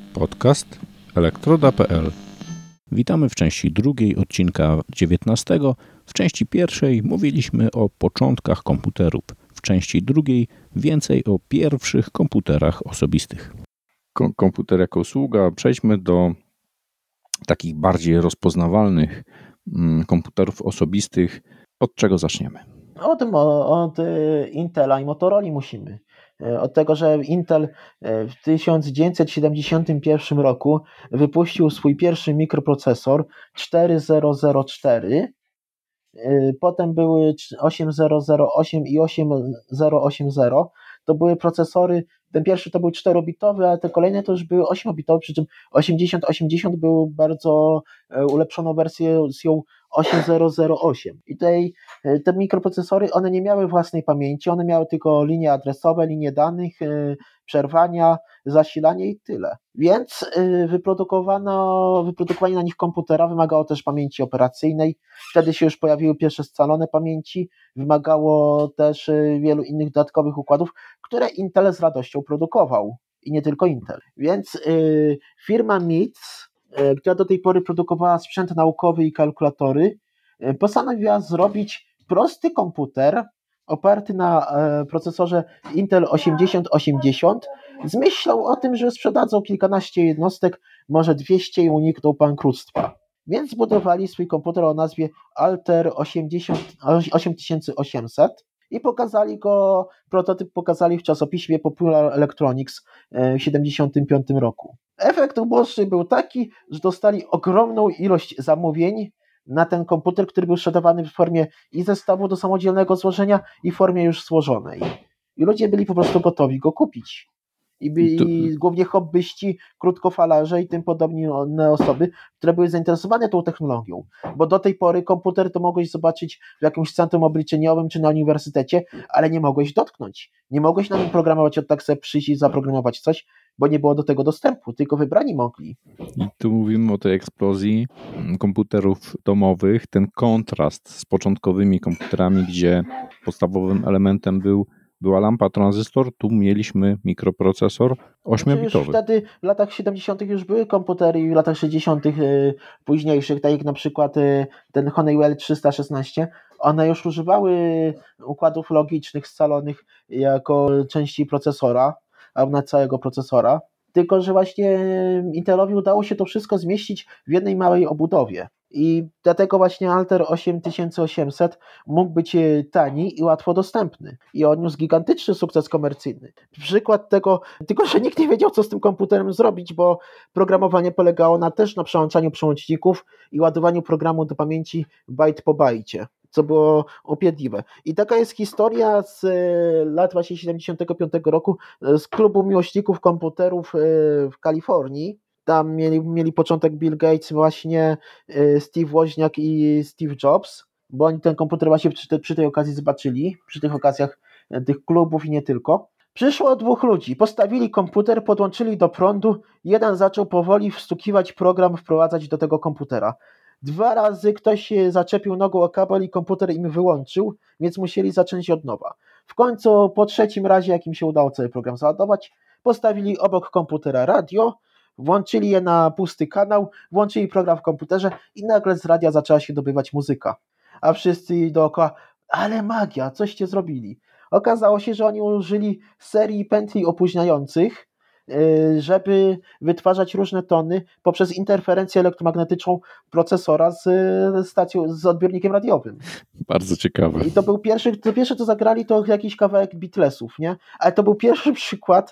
Podcast elektroda.pl. Witamy w części drugiej odcinka 19. W części pierwszej mówiliśmy o początkach komputerów. W części drugiej więcej o pierwszych komputerach osobistych. Komputer jako usługa. Przejdźmy do takich bardziej rozpoznawalnych komputerów osobistych. Od czego zaczniemy? Od Intela i Motorola musimy. Od tego, że Intel w 1971 roku wypuścił swój pierwszy mikroprocesor 4004, potem były 8008 i 8080. To były procesory, ten pierwszy to był 4-bitowy, ale te kolejne to już były 8-bitowe, przy czym 8080 był bardzo ulepszoną wersją 8008. I tutaj te mikroprocesory, one nie miały własnej pamięci, one miały tylko linie adresowe, linie danych, przerwania, zasilanie i tyle. Więc wyprodukowanie na nich komputera wymagało też pamięci operacyjnej. Wtedy się już pojawiły pierwsze scalone pamięci, wymagało też wielu innych dodatkowych układów, które Intel z radością produkował. I nie tylko Intel. Więc firma MITS, która do tej pory produkowała sprzęt naukowy i kalkulatory, postanowiła zrobić prosty komputer oparty na procesorze Intel 8080 z myślą o tym, że sprzedadzą kilkanaście jednostek, może 200 i unikną bankructwa. Więc zbudowali swój komputer o nazwie Altair 8800 i prototyp pokazali w czasopiśmie Popular Electronics w 1975 roku. Efekt uboczny był taki, że dostali ogromną ilość zamówień na ten komputer, który był sprzedawany w formie i zestawu do samodzielnego złożenia, i w formie już złożonej. I ludzie byli po prostu gotowi go kupić. I głównie hobbyści, krótkofalarze i tym podobne osoby, które były zainteresowane tą technologią. Bo do tej pory komputer to mogłeś zobaczyć w jakimś centrum obliczeniowym czy na uniwersytecie, ale nie mogłeś dotknąć. Nie mogłeś na nim programować, od tak sobie przyjść i zaprogramować coś, bo nie było do tego dostępu, tylko wybrani mogli. I tu mówimy o tej eksplozji komputerów domowych, ten kontrast z początkowymi komputerami, gdzie podstawowym elementem była lampa, tranzystor, tu mieliśmy mikroprocesor 8-bitowy. Już wtedy w latach 70. już były komputery i w latach 60. późniejszych, tak jak na przykład ten Honeywell 316, one już używały układów logicznych scalonych jako części procesora, albo na całego procesora, tylko że właśnie Intelowi udało się to wszystko zmieścić w jednej małej obudowie. I dlatego właśnie Altair 8800 mógł być tani i łatwo dostępny. I odniósł gigantyczny sukces komercyjny. Przykład tego, tylko że nikt nie wiedział, co z tym komputerem zrobić, bo programowanie polegało też na przełączaniu przełączników i ładowaniu programu do pamięci bajt po bajcie, co było upierdliwe. I taka jest historia z lat właśnie 75 roku z klubu miłośników komputerów w Kalifornii. Tam mieli początek Bill Gates, właśnie Steve Woźniak i Steve Jobs, bo oni ten komputer właśnie przy tej okazji zobaczyli, przy tych okazjach tych klubów i nie tylko. Przyszło dwóch ludzi, postawili komputer, podłączyli do prądu, jeden zaczął powoli wstukiwać program, wprowadzać do tego komputera. 2 razy ktoś zaczepił nogą o kabel i komputer im wyłączył, więc musieli zacząć od nowa. W końcu po 3. razie, jak im się udało cały program załadować, postawili obok komputera radio, włączyli je na pusty kanał, włączyli program w komputerze i nagle z radia zaczęła się dobywać muzyka. A wszyscy dookoła, ale magia, coście zrobili. Okazało się, że oni użyli serii pętli opóźniających, żeby wytwarzać różne tony poprzez interferencję elektromagnetyczną procesora z odbiornikiem radiowym. Bardzo ciekawe. I to był pierwszy co zagrali, to jakiś kawałek Beatlesów, nie? Ale to był pierwszy przykład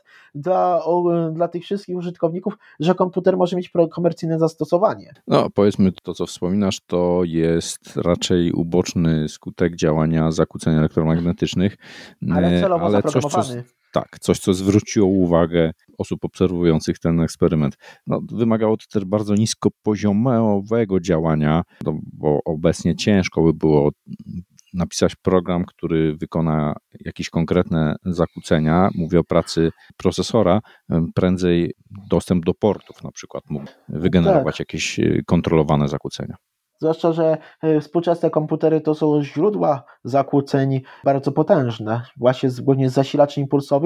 dla tych wszystkich użytkowników, że komputer może mieć komercyjne zastosowanie. No, powiedzmy, to co wspominasz, to jest raczej uboczny skutek działania zakłóceń elektromagnetycznych. Ale celowo zaprogramowany. Coś, co zwróciło uwagę osób obserwujących ten eksperyment. No, wymagało to też bardzo niskopoziomowego działania, bo obecnie ciężko by było napisać program, który wykona jakieś konkretne zakłócenia. Mówię o pracy procesora, prędzej dostęp do portów na przykład mógł wygenerować jakieś kontrolowane zakłócenia. Zwłaszcza, że współczesne komputery to są źródła zakłóceń bardzo potężne, właśnie głównie z zasilaczy impulsowych,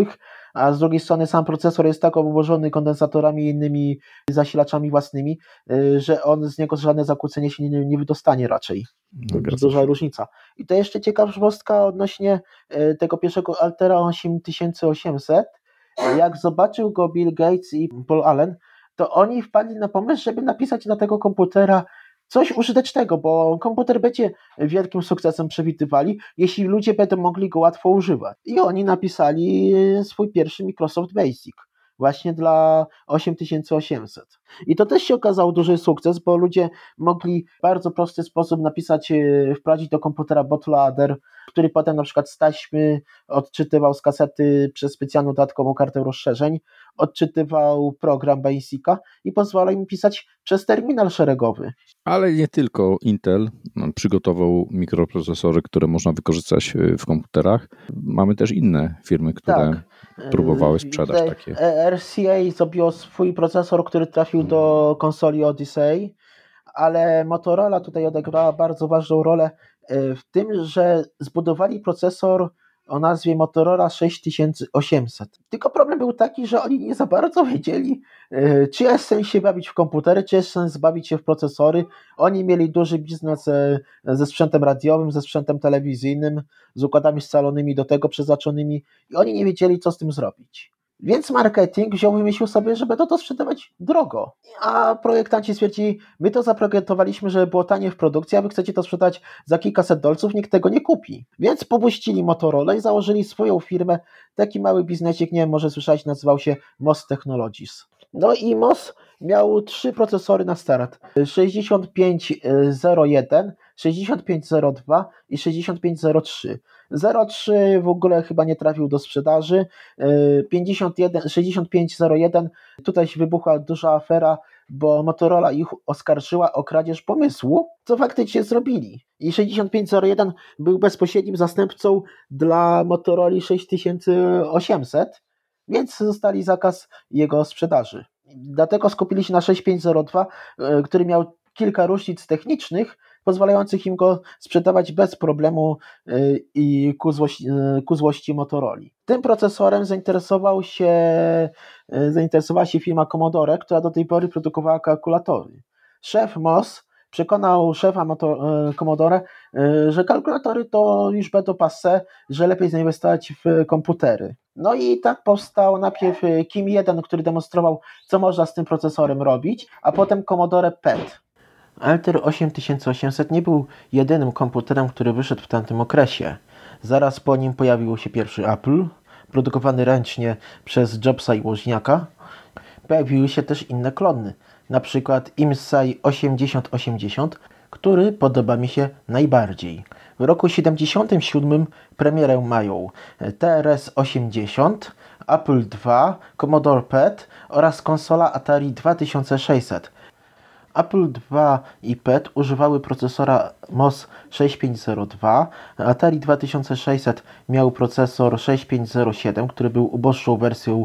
a z drugiej strony sam procesor jest tak obłożony kondensatorami i innymi zasilaczami własnymi, że on z niego żadne zakłócenie się nie wydostanie raczej. Duża różnica. I to jeszcze ciekawostka odnośnie tego pierwszego Altera 8800. Jak zobaczył go Bill Gates i Paul Allen, to oni wpadli na pomysł, żeby napisać na tego komputera coś użytecznego, bo komputer będzie wielkim sukcesem, przewidywali, jeśli ludzie będą mogli go łatwo używać. I oni napisali swój pierwszy Microsoft Basic właśnie dla 8800. I to też się okazał duży sukces, bo ludzie mogli w bardzo prosty sposób wprowadzić do komputera bootloader, który potem na przykład z taśmy odczytywał z kasety przez specjalną dodatkową kartę rozszerzeń, odczytywał program Basica i pozwalał im pisać przez terminal szeregowy. Ale nie tylko Intel przygotował mikroprocesory, które można wykorzystać w komputerach. Mamy też inne firmy, które próbowały sprzedać takie. RCA zrobiło swój procesor, który trafił do konsoli Odyssey, ale Motorola tutaj odegrała bardzo ważną rolę w tym, że zbudowali procesor o nazwie Motorola 6800. Tylko problem był taki, że oni nie za bardzo wiedzieli, czy jest sens się bawić w komputery, czy jest sens bawić się w procesory. Oni mieli duży biznes ze sprzętem radiowym, ze sprzętem telewizyjnym, z układami scalonymi do tego przeznaczonymi i oni nie wiedzieli, co z tym zrobić. Więc marketing wymyślił sobie, że będą to sprzedawać drogo. A projektanci stwierdzili, my to zaprojektowaliśmy, żeby było tanie w produkcji, a wy chcecie to sprzedać za kilkaset dolców, nikt tego nie kupi. Więc popuścili Motorola i założyli swoją firmę. Taki mały biznesik, nie wiem, może słyszałeś, nazywał się MOS Technologies. No i MOS miał 3 procesory na start. 6501, 6502 i 6503. 03 w ogóle chyba nie trafił do sprzedaży. 6501, tutaj się wybuchła duża afera, bo Motorola ich oskarżyła o kradzież pomysłu, co faktycznie zrobili. I 6501 był bezpośrednim zastępcą dla Motorola 6800, więc zostali zakaz jego sprzedaży. Dlatego skupili się na 6502, który miał kilka różnic technicznych, pozwalających im go sprzedawać bez problemu i ku złości Motorola. Tym procesorem zainteresowała się firma Commodore, która do tej pory produkowała kalkulatory. Szef MOS przekonał szefa Commodore, że kalkulatory to już będą passé, że lepiej zainwestować w komputery. No i tak powstał najpierw Kim 1, który demonstrował, co można z tym procesorem robić, a potem Commodore PET. Alter 8800 nie był jedynym komputerem, który wyszedł w tamtym okresie. Zaraz po nim pojawił się pierwszy Apple, produkowany ręcznie przez Jobsa i Woźniaka. Pojawiły się też inne klony, na przykład IMSAI 8080, który podoba mi się najbardziej. W roku 77 premierę mają TRS-80, Apple II, Commodore PET oraz konsola Atari 2600. Apple II i PET używały procesora MOS 6502, Atari 2600 miał procesor 6507, który był uboższą wersją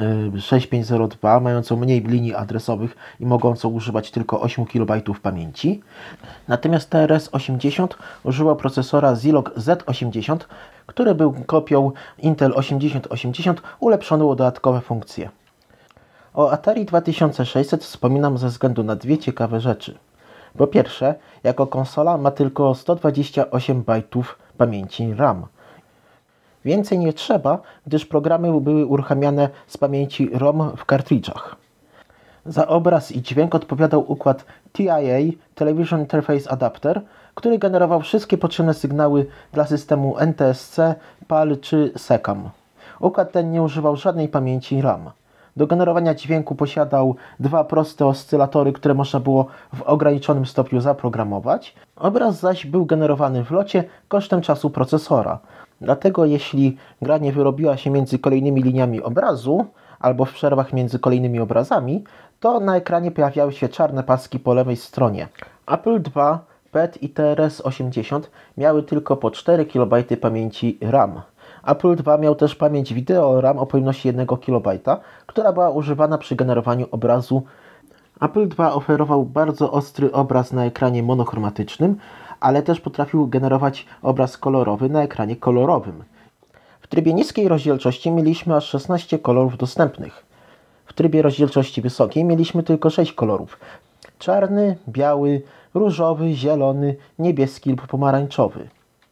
6502, mającą mniej linii adresowych i mogącą używać tylko 8 KB pamięci. Natomiast TRS-80 używał procesora Zilog Z80, który był kopią Intel 8080 ulepszoną o dodatkowe funkcje. O Atari 2600 wspominam ze względu na 2 ciekawe rzeczy. Po pierwsze, jako konsola ma tylko 128 bajtów pamięci RAM. Więcej nie trzeba, gdyż programy były uruchamiane z pamięci ROM w kartridżach. Za obraz i dźwięk odpowiadał układ TIA, Television Interface Adapter, który generował wszystkie potrzebne sygnały dla systemu NTSC, PAL czy SECAM. Układ ten nie używał żadnej pamięci RAM. Do generowania dźwięku posiadał 2 proste oscylatory, które można było w ograniczonym stopniu zaprogramować. Obraz zaś był generowany w locie kosztem czasu procesora. Dlatego jeśli gra nie wyrobiła się między kolejnymi liniami obrazu, albo w przerwach między kolejnymi obrazami, to na ekranie pojawiały się czarne paski po lewej stronie. Apple II, PET i TRS-80 miały tylko po 4 KB pamięci RAM. Apple II miał też pamięć wideo RAM o pojemności 1 KB, która była używana przy generowaniu obrazu. Apple II oferował bardzo ostry obraz na ekranie monochromatycznym, ale też potrafił generować obraz kolorowy na ekranie kolorowym. W trybie niskiej rozdzielczości mieliśmy aż 16 kolorów dostępnych. W trybie rozdzielczości wysokiej mieliśmy tylko 6 kolorów. Czarny, biały, różowy, zielony, niebieski lub pomarańczowy.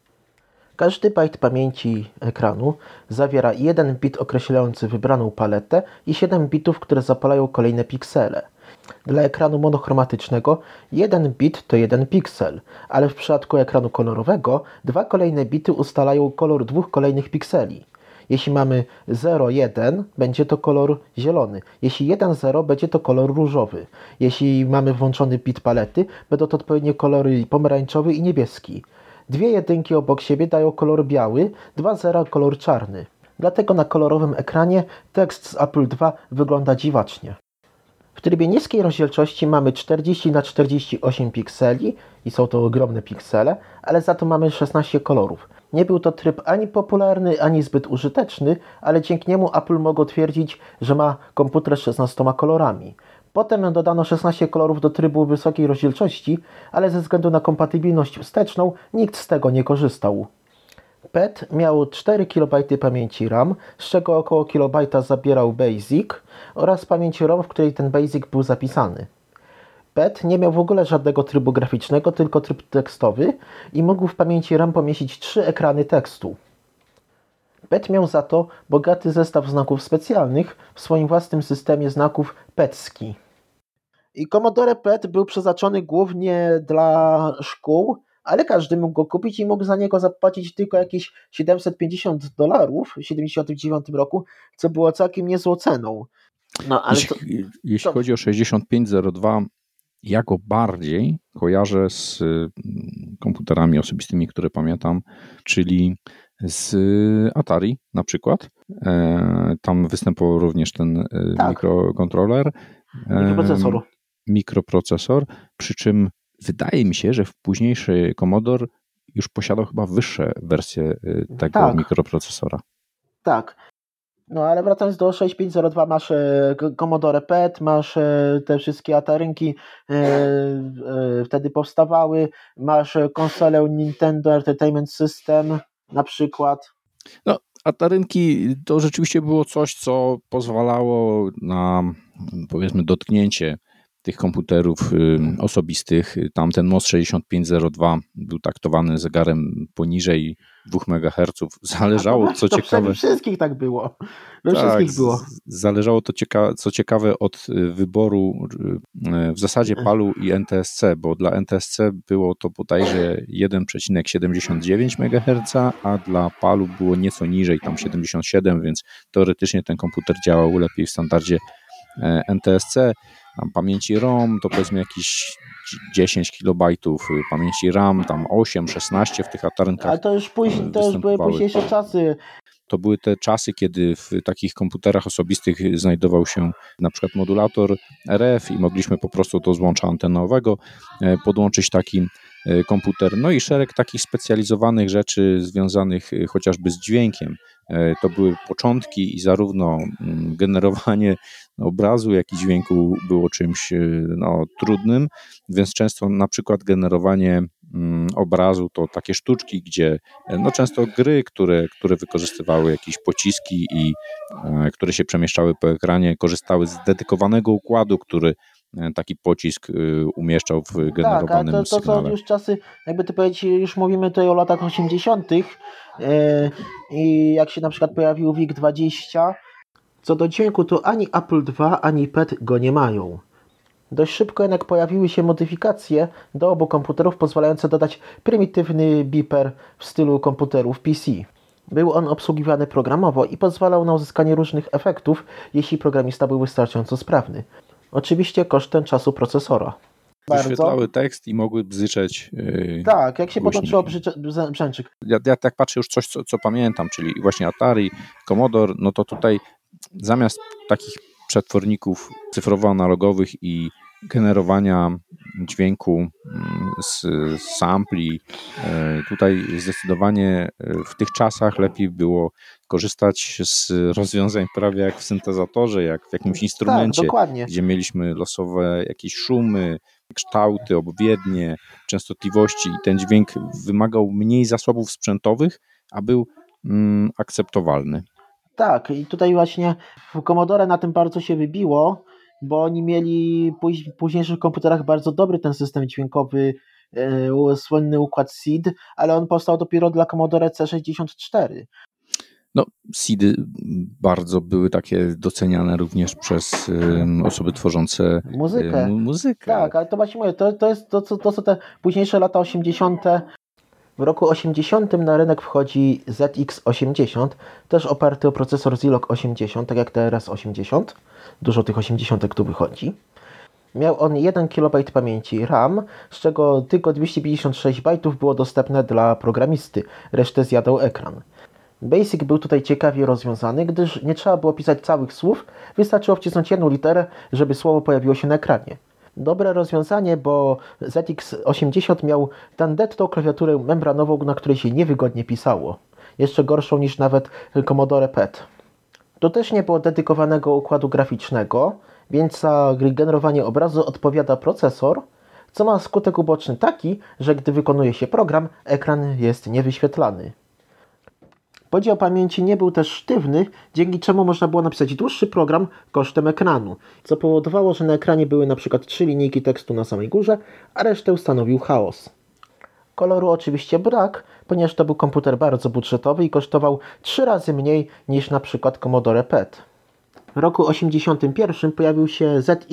Każdy bajt pamięci ekranu zawiera 1 bit określający wybraną paletę i 7 bitów, które zapalają kolejne piksele. Dla ekranu monochromatycznego 1 bit to 1 piksel, ale w przypadku ekranu kolorowego 2 kolejne bity ustalają kolor 2 kolejnych pikseli. Jeśli mamy 0,1, będzie to kolor zielony. Jeśli 1,0, będzie to kolor różowy. Jeśli mamy włączony bit palety, będą to odpowiednio kolory pomarańczowy i niebieski. 2 jedynki obok siebie dają kolor biały, 2 zera kolor czarny. Dlatego na kolorowym ekranie tekst z Apple II wygląda dziwacznie. W trybie niskiej rozdzielczości mamy 40×48 pikseli i są to ogromne piksele, ale za to mamy 16 kolorów. Nie był to tryb ani popularny, ani zbyt użyteczny, ale dzięki niemu Apple mogło twierdzić, że ma komputer z 16 kolorami. Potem dodano 16 kolorów do trybu wysokiej rozdzielczości, ale ze względu na kompatybilność wsteczną nikt z tego nie korzystał. PET miał 4 KB pamięci RAM, z czego około kilobajta zabierał BASIC oraz pamięć ROM, w której ten BASIC był zapisany. PET nie miał w ogóle żadnego trybu graficznego, tylko tryb tekstowy i mógł w pamięci RAM pomieścić 3 ekrany tekstu. PET miał za to bogaty zestaw znaków specjalnych w swoim własnym systemie znaków PETSCII. I Commodore PET był przeznaczony głównie dla szkół, ale każdy mógł go kupić i mógł za niego zapłacić tylko jakieś $750 w 1979 roku, co było całkiem niezłą ceną. No, ale jeśli chodzi o 6502, ja go bardziej kojarzę z komputerami osobistymi, które pamiętam, czyli z Atari na przykład. Tam występował również ten mikrokontroler. Mikroprocesor, przy czym wydaje mi się, że późniejszy Commodore już posiadał chyba wyższe wersje tego mikroprocesora. Tak. No ale wracając do 6502, masz Commodore PET, masz te wszystkie Atarynki, wtedy powstawały, masz konsolę Nintendo Entertainment System na przykład. No, Atarynki to rzeczywiście było coś, co pozwalało na, powiedzmy, dotknięcie tych komputerów osobistych. Tamten MOS 6502 był taktowany zegarem poniżej 2 MHz. Zależało, co ciekawe... We wszystkich tak było. Wszystkich było. Zależało to, co ciekawe, od wyboru w zasadzie PAL-u i NTSC, bo dla NTSC było to bodajże 1,79 MHz, a dla PAL-u było nieco niżej, tam 77, więc teoretycznie ten komputer działał lepiej w standardzie NTSC. Tam pamięci ROM to powiedzmy jakieś 10 KB, pamięci RAM tam 8, 16 w tych Atarynkach. Ale to już były późniejsze czasy. To były te czasy, kiedy w takich komputerach osobistych znajdował się na przykład modulator RF i mogliśmy po prostu do złącza antenowego podłączyć taki komputer. No i szereg takich specjalizowanych rzeczy związanych chociażby z dźwiękiem. To były początki i zarówno generowanie obrazu, jak i dźwięku było czymś trudnym, więc często na przykład generowanie obrazu to takie sztuczki, gdzie często gry, które wykorzystywały jakieś pociski i które się przemieszczały po ekranie, korzystały z dedykowanego układu, który taki pocisk umieszczał w generowanym sygnale. To są już czasy, jakby to powiedzieć, już mówimy tutaj o latach 80. I jak się na przykład pojawił WIG-20, co do dźwięku, to ani Apple II, ani PET go nie mają. Dość szybko jednak pojawiły się modyfikacje do obu komputerów pozwalające dodać prymitywny beeper w stylu komputerów PC. Był on obsługiwany programowo i pozwalał na uzyskanie różnych efektów, jeśli programista był wystarczająco sprawny. Oczywiście kosztem czasu procesora. Wyświetlały tekst i mogły bzyczeć. Tak, jak się podłączyło brzęczyk. Ja tak patrzę już coś, co pamiętam, czyli właśnie Atari, Commodore, no to tutaj zamiast takich przetworników cyfrowo-analogowych i generowania dźwięku z sampli, tutaj zdecydowanie w tych czasach lepiej było korzystać z rozwiązań prawie jak w syntezatorze, jak w jakimś instrumencie, gdzie mieliśmy losowe jakieś szumy, kształty, obwiednie, częstotliwości i ten dźwięk wymagał mniej zasobów sprzętowych, a był akceptowalny. Tak, i tutaj właśnie Commodore na tym bardzo się wybiło, bo oni mieli w późniejszych komputerach bardzo dobry ten system dźwiękowy, słynny układ SID, ale on powstał dopiero dla Commodore C64. No, SID-y bardzo były takie doceniane również przez osoby tworzące muzykę. Tak, ale to właśnie mówię, to jest to, co te późniejsze lata 80. W roku 80 na rynek wchodzi ZX80, też oparty o procesor Zilog 80, tak jak TRS-80. Dużo tych 80 tu wychodzi. Miał on 1 KB pamięci RAM, z czego tylko 256 bajtów było dostępne dla programisty, resztę zjadał ekran. BASIC był tutaj ciekawie rozwiązany, gdyż nie trzeba było pisać całych słów, wystarczyło wcisnąć jedną literę, żeby słowo pojawiło się na ekranie. Dobre rozwiązanie, bo ZX80 miał tandetną klawiaturę membranową, na której się niewygodnie pisało. Jeszcze gorszą niż nawet Commodore PET. Tu też nie było dedykowanego układu graficznego, więc za generowanie obrazu odpowiada procesor, co ma skutek uboczny taki, że gdy wykonuje się program, ekran jest niewyświetlany. Podział pamięci nie był też sztywny, dzięki czemu można było napisać dłuższy program kosztem ekranu, co powodowało, że na ekranie były np. 3 linijki tekstu na samej górze, a resztę stanowił chaos. Koloru oczywiście brak, ponieważ to był komputer bardzo budżetowy i kosztował 3 razy mniej niż np. Commodore PET. W roku 1981 pojawił się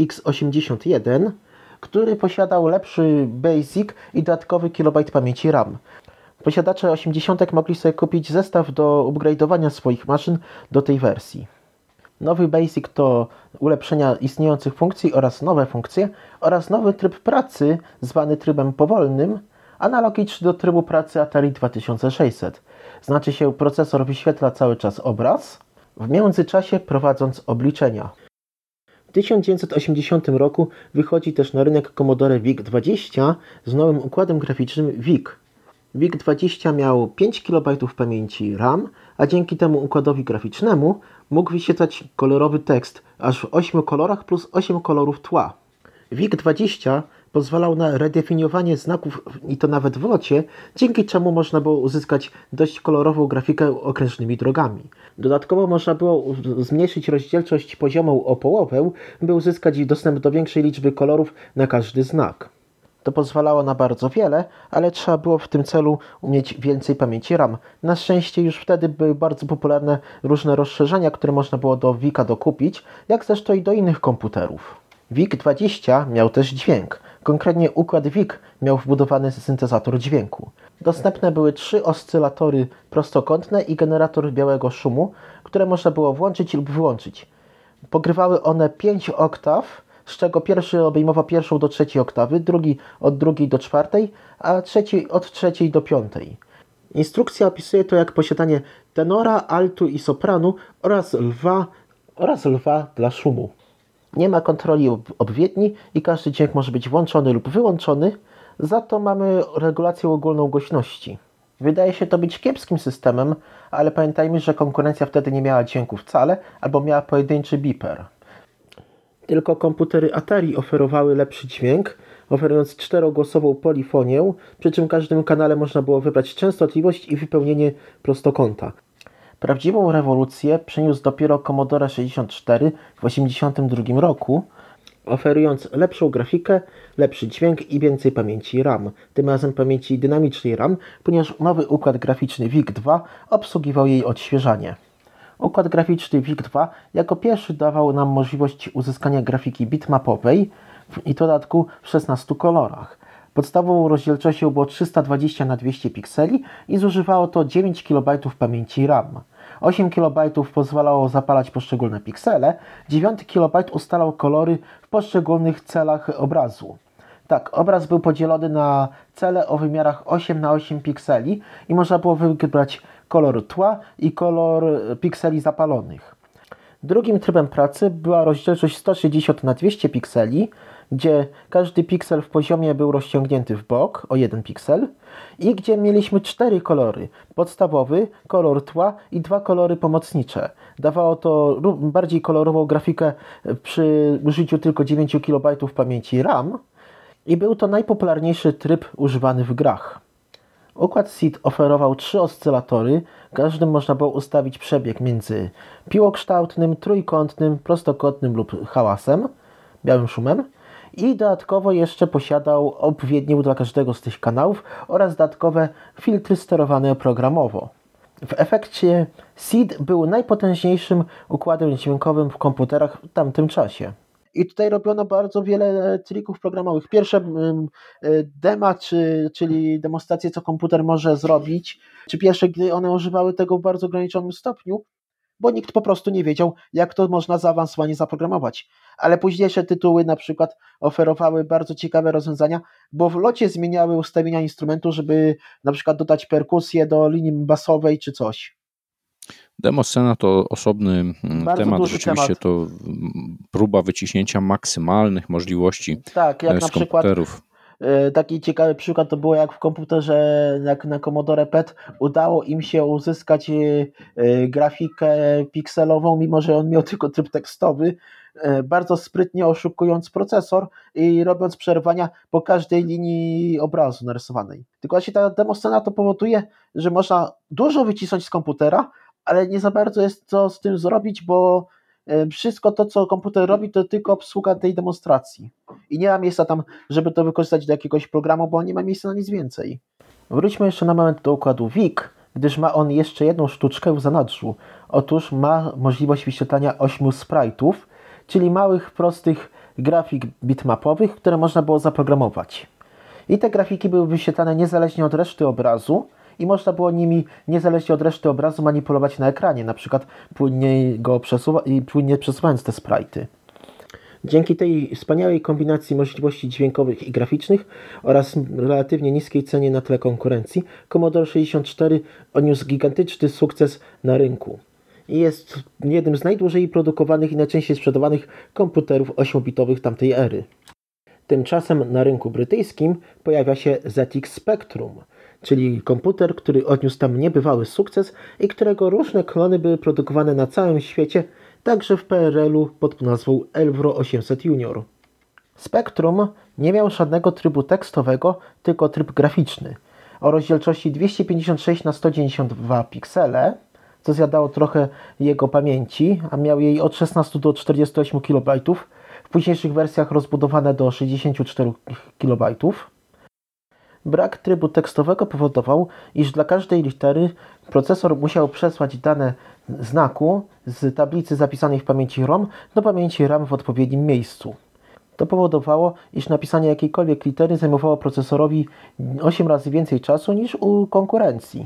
ZX81, który posiadał lepszy BASIC i dodatkowy kilobajt pamięci RAM. Posiadacze 80 mogli sobie kupić zestaw do upgrade'owania swoich maszyn do tej wersji. Nowy BASIC to ulepszenia istniejących funkcji oraz nowe funkcje oraz nowy tryb pracy zwany trybem powolnym, analogiczny do trybu pracy Atari 2600. Znaczy się, procesor wyświetla cały czas obraz, w międzyczasie prowadząc obliczenia. W 1980 roku wychodzi też na rynek Commodore VIC-20 z nowym układem graficznym VIC. VIC-20 miał 5 KB pamięci RAM, a dzięki temu układowi graficznemu mógł wyświetlać kolorowy tekst aż w 8 kolorach plus 8 kolorów tła. VIC-20 pozwalał na redefiniowanie znaków i to nawet w locie, dzięki czemu można było uzyskać dość kolorową grafikę okrężnymi drogami. Dodatkowo można było zmniejszyć rozdzielczość poziomą o połowę, by uzyskać dostęp do większej liczby kolorów na każdy znak. To pozwalało na bardzo wiele, ale trzeba było w tym celu mieć więcej pamięci RAM. Na szczęście już wtedy były bardzo popularne różne rozszerzenia, które można było do VIC-a dokupić, jak zresztą i do innych komputerów. VIC-20 miał też dźwięk. Konkretnie układ VIC miał wbudowany syntezator dźwięku. Dostępne były 3 oscylatory prostokątne i generator białego szumu, które można było włączyć lub wyłączyć. Pokrywały one 5 oktaw, z czego pierwszy obejmował pierwszą do 3 oktawy, drugi od 2 do 4, a trzeci od 3 do 5. Instrukcja opisuje to jak posiadanie tenora, altu i sopranu oraz lwa dla szumu. Nie ma kontroli obwiedni i każdy dźwięk może być włączony lub wyłączony, za to mamy regulację ogólną głośności. Wydaje się to być kiepskim systemem, ale pamiętajmy, że konkurencja wtedy nie miała dźwięku wcale albo miała pojedynczy beeper. Tylko komputery Atari oferowały lepszy dźwięk, oferując 4-głosową polifonię, przy czym w każdym kanale można było wybrać częstotliwość i wypełnienie prostokąta. Prawdziwą rewolucję przyniósł dopiero Commodore 64 w 1982 roku, oferując lepszą grafikę, lepszy dźwięk i więcej pamięci RAM, tym razem pamięci dynamicznej RAM, ponieważ nowy układ graficzny VIC-2 obsługiwał jej odświeżanie. Układ graficzny VIC-2 jako pierwszy dawał nam możliwość uzyskania grafiki bitmapowej i to w dodatku w 16 kolorach. Podstawową rozdzielczością było 320 na 200 pikseli i zużywało to 9 KB pamięci RAM. 8 KB pozwalało zapalać poszczególne piksele, 9 KB ustalał kolory w poszczególnych celach obrazu. Tak, obraz był podzielony na cele o wymiarach 8 na 8 pikseli i można było wybrać kolor tła i kolor pikseli zapalonych. Drugim trybem pracy była rozdzielczość 160 na 200 pikseli, gdzie każdy piksel w poziomie był rozciągnięty w bok o 1 piksel i gdzie mieliśmy 4 kolory. Podstawowy, kolor tła i 2 kolory pomocnicze. Dawało to bardziej kolorową grafikę przy użyciu tylko 9 KB pamięci RAM i był to najpopularniejszy tryb używany w grach. Układ SID oferował 3 oscylatory, każdym można było ustawić przebieg między piłokształtnym, trójkątnym, prostokątnym lub hałasem, białym szumem i dodatkowo jeszcze posiadał odpowiednią dla każdego z tych kanałów oraz dodatkowe filtry sterowane programowo. W efekcie SID był najpotężniejszym układem dźwiękowym w komputerach w tamtym czasie. I tutaj robiono bardzo wiele trików programowych. Pierwsze dema, czyli demonstracje, co komputer może zrobić, czy pierwsze, gdy one używały tego w bardzo ograniczonym stopniu, bo nikt po prostu nie wiedział, jak to można zaawansowanie zaprogramować. Ale późniejsze tytuły na przykład oferowały bardzo ciekawe rozwiązania, bo w locie zmieniały ustawienia instrumentu, żeby na przykład dodać perkusję do linii basowej czy coś. Demoscena to osobny Bardzo temat, duży rzeczywiście temat. to próba wyciśnięcia maksymalnych możliwości Tak, jak z na przykład komputerów. taki ciekawy przykład to było, jak w komputerze, jak na Commodore PET udało im się uzyskać grafikę pikselową, mimo że on miał tylko tryb tekstowy, bardzo sprytnie oszukując procesor i robiąc przerwania po każdej linii obrazu narysowanej. Tylko właśnie ta demoscena to powoduje, że można dużo wycisnąć z komputera, ale nie za bardzo jest co z tym zrobić, bo wszystko to, co komputer robi, to tylko obsługa tej demonstracji. I nie ma miejsca tam, żeby to wykorzystać do jakiegoś programu, bo nie ma miejsca na nic więcej. Wróćmy jeszcze na moment do układu WIC, gdyż ma on jeszcze jedną sztuczkę w zanadrzu. Otóż ma możliwość wyświetlania 8 sprite'ów, czyli małych, prostych grafik bitmapowych, które można było zaprogramować. I te grafiki były wyświetlane niezależnie od reszty obrazu i można było nimi niezależnie od reszty obrazu manipulować na ekranie, na przykład płynnie przesuwając te sprite'y. Dzięki tej wspaniałej kombinacji możliwości dźwiękowych i graficznych oraz relatywnie niskiej cenie na tle konkurencji, Commodore 64 odniósł gigantyczny sukces na rynku i jest jednym z najdłużej produkowanych i najczęściej sprzedawanych komputerów 8-bitowych tamtej ery. Tymczasem na rynku brytyjskim pojawia się ZX Spectrum, czyli komputer, który odniósł tam niebywały sukces i którego różne klony były produkowane na całym świecie, także w PRL-u pod nazwą Elvro 800 Junior. Spectrum nie miał żadnego trybu tekstowego, tylko tryb graficzny o rozdzielczości 256 na 192 piksele, co zjadało trochę jego pamięci, a miał jej od 16 do 48 KB, w późniejszych wersjach rozbudowane do 64 KB. Brak trybu tekstowego powodował, iż dla każdej litery procesor musiał przesłać dane znaku z tablicy zapisanej w pamięci ROM do pamięci RAM w odpowiednim miejscu. To powodowało, iż napisanie jakiejkolwiek litery zajmowało procesorowi 8 razy więcej czasu niż u konkurencji.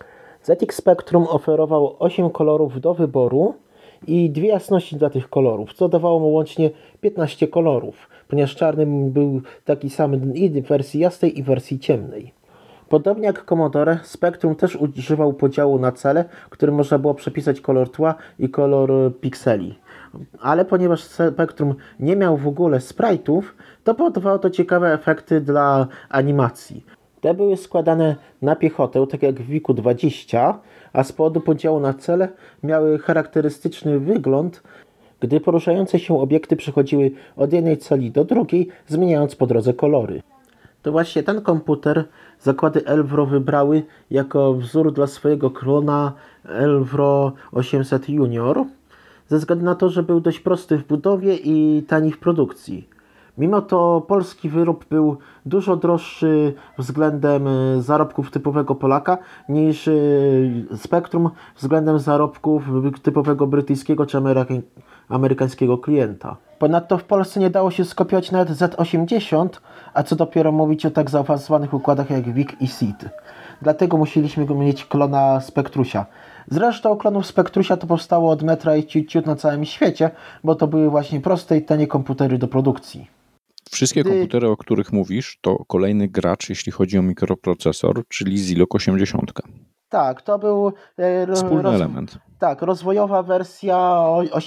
ZX Spectrum oferował 8 kolorów do wyboru i 2 jasności dla tych kolorów, co dawało mu łącznie 15 kolorów, ponieważ czarny był taki sam i w wersji jasnej i w wersji ciemnej. Podobnie jak Commodore, Spectrum też używał podziału na cele, którym można było przepisać kolor tła i kolor pikseli. Ale ponieważ Spectrum nie miał w ogóle sprite'ów, to powodowało to ciekawe efekty dla animacji. Te były składane na piechotę, tak jak w WIC-u 20, a z powodu podziału na cele miały charakterystyczny wygląd, gdy poruszające się obiekty przechodziły od jednej celi do drugiej, zmieniając po drodze kolory. To właśnie ten komputer zakłady Elvro wybrały jako wzór dla swojego klona Elvro 800 Junior, ze względu na to, że był dość prosty w budowie i tani w produkcji. Mimo to polski wyrób był dużo droższy względem zarobków typowego Polaka niż Spectrum względem zarobków typowego brytyjskiego czy amerykańskiego klienta. Ponadto w Polsce nie dało się skopiować nawet Z80, a co dopiero mówić o tak zaawansowanych układach jak WIC i SID. Dlatego musieliśmy mieć klona Spectrusia. Zresztą klonów Spectrusia to powstało od metra i ciut na całym świecie, bo to były właśnie proste i tanie komputery do produkcji. Wszystkie komputery, o których mówisz, to kolejny gracz, jeśli chodzi o mikroprocesor, czyli Zilog 80. Tak, to był wspólny element. Tak, rozwojowa wersja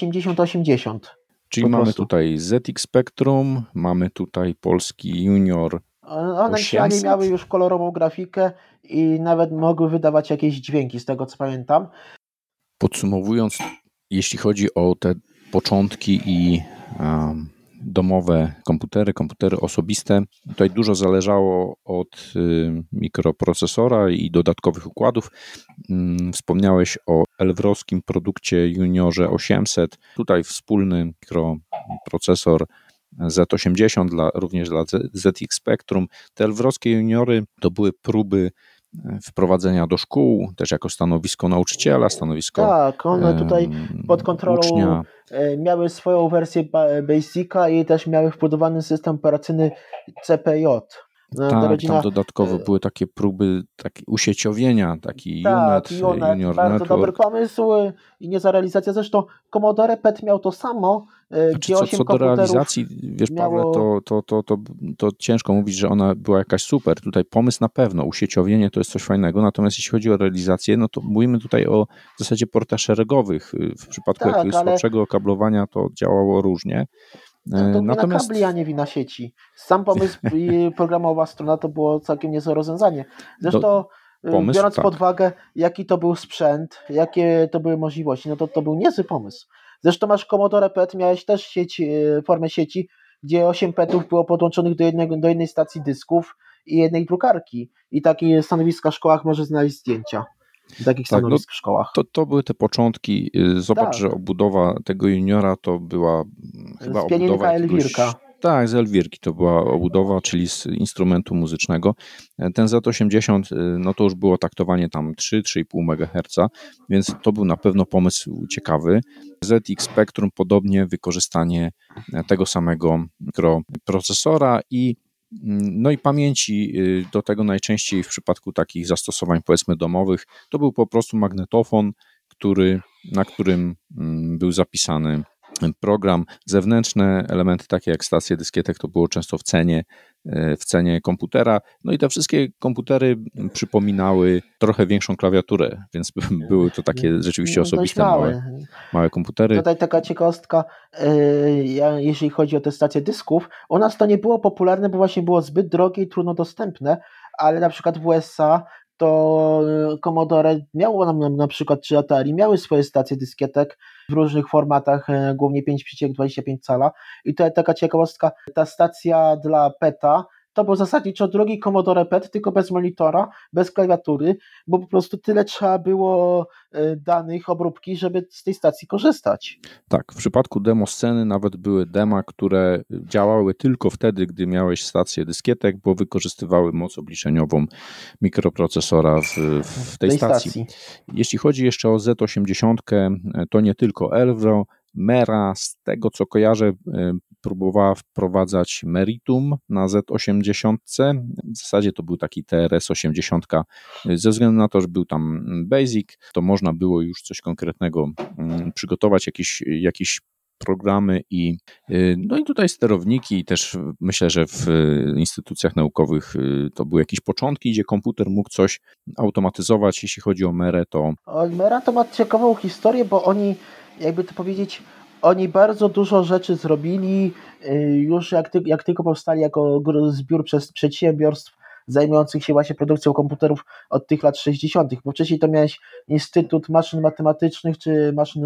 8080. Czyli mamy tutaj ZX Spectrum, mamy tutaj polski Junior. One przynajmniej miały już kolorową grafikę i nawet mogły wydawać jakieś dźwięki, z tego co pamiętam. Podsumowując, jeśli chodzi o te początki i domowe komputery osobiste. Tutaj dużo zależało od mikroprocesora i dodatkowych układów. Wspomniałeś o elwrowskim produkcie Juniorze 800. Tutaj wspólny mikroprocesor Z80 również dla ZX Spectrum. Te elwrowskie juniory to były próby wprowadzenia do szkół, też jako stanowisko nauczyciela, stanowisko Tak, one tutaj pod kontrolą ucznia. Miały swoją wersję Basica i też miały wbudowany system operacyjny CPJ. Tak, tam dodatkowo były takie próby usieciowienia, taki tak, Junior bardzo Network. dobry pomysł i nie za realizację. Zresztą Commodore PET miał to samo, gdzie 8 co do komputerów realizacji, wiesz, miało... Pawle, to ciężko mówić, że ona była jakaś super. Tutaj pomysł na pewno, usieciowienie to jest coś fajnego, natomiast jeśli chodzi o realizację, no to mówimy tutaj o w zasadzie portach szeregowych. W przypadku jakiegoś słabszego okablowania to działało różnie. To natomiast... na kabli, a nie wina sieci. Sam pomysł i programowa strona to było całkiem niezłe rozwiązanie. Zresztą biorąc pod uwagę, jaki to był sprzęt, jakie to były możliwości, no to był niezły pomysł. Zresztą masz Commodore PET, miałeś też formę sieci, gdzie 8 PET-ów było podłączonych do jednej stacji dysków i jednej drukarki. I takie stanowiska w szkołach może znaleźć zdjęcia. Takich stanowisk w szkołach. To były te początki. Zobacz, że obudowa tego juniora to była chyba obudowa Elwirka. Tak, z Elwirki to była obudowa, czyli z instrumentu muzycznego. Ten Z80, no to już było taktowanie tam 3-3,5 MHz, więc to był na pewno pomysł ciekawy. ZX Spectrum podobnie wykorzystanie tego samego mikroprocesora i pamięci do tego najczęściej w przypadku takich zastosowań powiedzmy domowych to był po prostu magnetofon, na którym był zapisany program. Zewnętrzne elementy takie jak stacje dyskietek to było często w cenie komputera. No i te wszystkie komputery przypominały trochę większą klawiaturę, więc były to takie rzeczywiście osobiste małe komputery. Tutaj taka ciekawostka, jeżeli chodzi o te stacje dysków, u nas to nie było popularne, bo właśnie było zbyt drogie i trudno dostępne, ale na przykład w USA to Commodore miało na przykład, czy Atari miały swoje stacje dyskietek w różnych formatach, głównie 5,25 cala. I to taka ciekawostka, ta stacja dla PET-a to był zasadniczo drugi Commodore PET, tylko bez monitora, bez klawiatury, bo po prostu tyle trzeba było danych, obróbki, żeby z tej stacji korzystać. Tak, w przypadku demo sceny nawet były dema, które działały tylko wtedy, gdy miałeś stację dyskietek, bo wykorzystywały moc obliczeniową mikroprocesora w tej stacji. Jeśli chodzi jeszcze o Z80, to nie tylko Elvro, Mera, z tego co kojarzę, próbowała wprowadzać Meritum na Z80. W zasadzie to był taki TRS-80. Ze względu na to, że był tam Basic, to można było już coś konkretnego przygotować, jakieś programy i tutaj sterowniki i też myślę, że w instytucjach naukowych to były jakieś początki, gdzie komputer mógł coś automatyzować. Jeśli chodzi o Merę, to... Mera to ma ciekawą historię, bo oni, jakby to powiedzieć, oni bardzo dużo rzeczy zrobili już jak tylko powstali jako zbiór przedsiębiorstw zajmujących się właśnie produkcją komputerów od tych lat 60., bo wcześniej to miałeś Instytut Maszyn Matematycznych czy maszyn...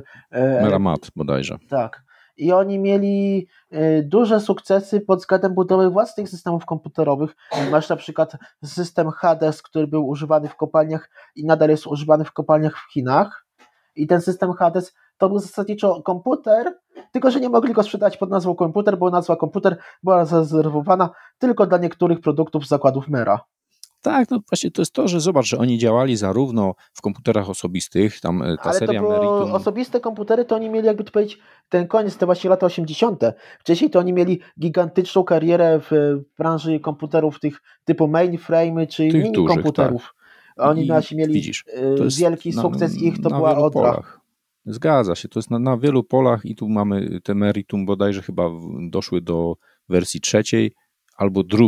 Meramat bodajże. Tak. I oni mieli duże sukcesy pod względem budowy własnych systemów komputerowych. Masz na przykład system Hades, który był używany w kopalniach i nadal jest używany w kopalniach w Chinach. I ten system Hades to był zasadniczo komputer, tylko że nie mogli go sprzedać pod nazwą komputer, bo nazwa komputer była zarezerwowana tylko dla niektórych produktów z zakładów Mera. Tak, no właśnie to jest to, że zobacz, że oni działali zarówno w komputerach osobistych, tam ta ale seria to było Meritum... osobiste komputery, to oni mieli, jakby to powiedzieć, ten koniec, te właśnie lata 80. Wcześniej to oni mieli gigantyczną karierę w branży komputerów tych typu mainframe czy mini komputerów. Tak. Oni mieli widzisz, wielki sukces ich, to była Odra. Polach. Zgadza się, to jest na wielu polach i tu mamy te Meritum, bodajże chyba doszły do wersji 3 albo 2.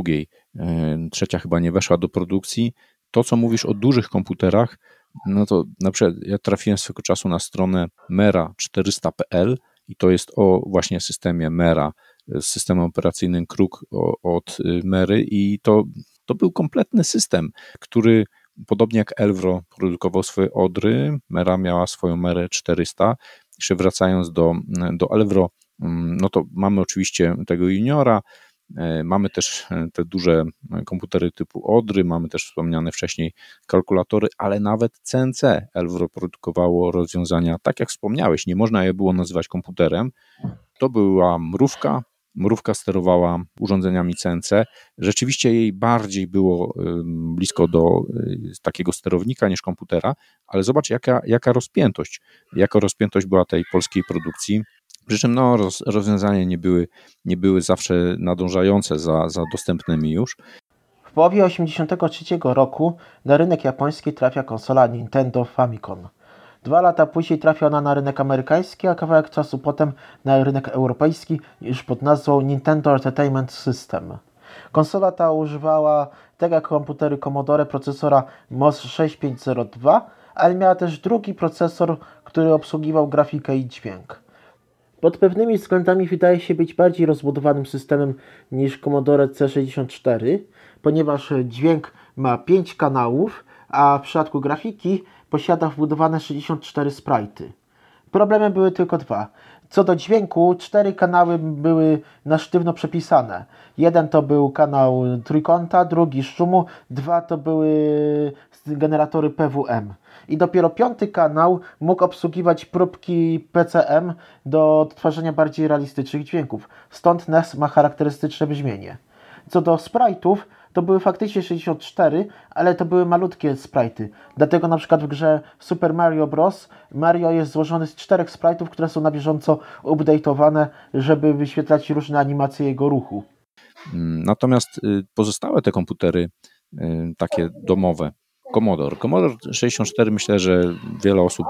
3 chyba nie weszła do produkcji. To, co mówisz o dużych komputerach, no to na przykład ja trafiłem swego czasu na stronę mera400.pl i to jest o właśnie systemie Mera, z systemem operacyjnym Kruk od Mery i to był kompletny system, który podobnie jak Elvro produkował swoje Odry, Mera miała swoją Merę 400. Jeszcze wracając do Elvro, no to mamy oczywiście tego Juniora, mamy też te duże komputery typu Odry, mamy też wspomniane wcześniej kalkulatory, ale nawet CNC Elwro produkowało rozwiązania, tak jak wspomniałeś, nie można je było nazywać komputerem, to była mrówka. Mrówka sterowała urządzeniami CNC. Rzeczywiście jej bardziej było blisko do takiego sterownika niż komputera, ale zobacz jaka rozpiętość. Jaka rozpiętość była tej polskiej produkcji. Przy czym rozwiązania nie były zawsze nadążające za dostępnymi już. W połowie 1983 roku na rynek japoński trafia konsola Nintendo Famicom. 2 lata później trafia ona na rynek amerykański, a kawałek czasu potem na rynek europejski już pod nazwą Nintendo Entertainment System. Konsola ta używała, tak jak komputery Commodore, procesora MOS 6502, ale miała też drugi procesor, który obsługiwał grafikę i dźwięk. Pod pewnymi względami wydaje się być bardziej rozbudowanym systemem niż Commodore C64, ponieważ dźwięk ma 5 kanałów, a w przypadku grafiki posiada wbudowane 64 sprite'y. Problemem były tylko 2. Co do dźwięku, 4 kanały były na sztywno przepisane. Jeden to był kanał trójkąta, drugi szumu, 2 to były generatory PWM. I dopiero 5 kanał mógł obsługiwać próbki PCM do odtwarzania bardziej realistycznych dźwięków. Stąd NES ma charakterystyczne brzmienie. Co do sprite'ów, to były faktycznie 64, ale to były malutkie sprite'y. Dlatego na przykład w grze Super Mario Bros. Mario jest złożony z 4 sprite'ów, które są na bieżąco update'owane, żeby wyświetlać różne animacje jego ruchu. Natomiast pozostałe te komputery, takie domowe, Commodore 64, myślę, że wiele osób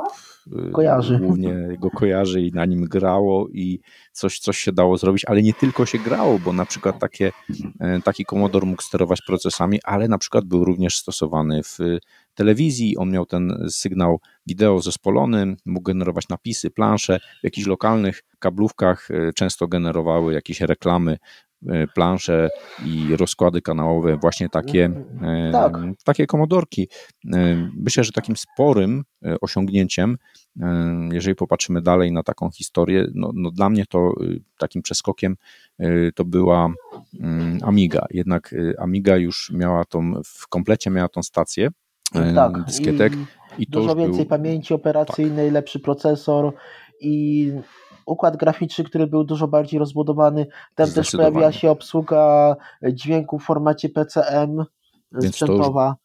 głównie go kojarzy i na nim grało i coś się dało zrobić, ale nie tylko się grało, bo na przykład taki Commodore mógł sterować procesami, ale na przykład był również stosowany w telewizji, on miał ten sygnał wideo zespolony, mógł generować napisy, plansze, w jakichś lokalnych kablówkach często generowały jakieś reklamy, plansze i rozkłady kanałowe, właśnie takie komodorki. Myślę, że takim sporym osiągnięciem, jeżeli popatrzymy dalej na taką historię, no dla mnie to takim przeskokiem to była Amiga. Jednak Amiga już miała w komplecie miała tą stację dyskietek. I to dużo więcej pamięci operacyjnej, lepszy procesor i układ graficzny, który był dużo bardziej rozbudowany. Tam też pojawiła się obsługa dźwięku w formacie PCM sprzętowa.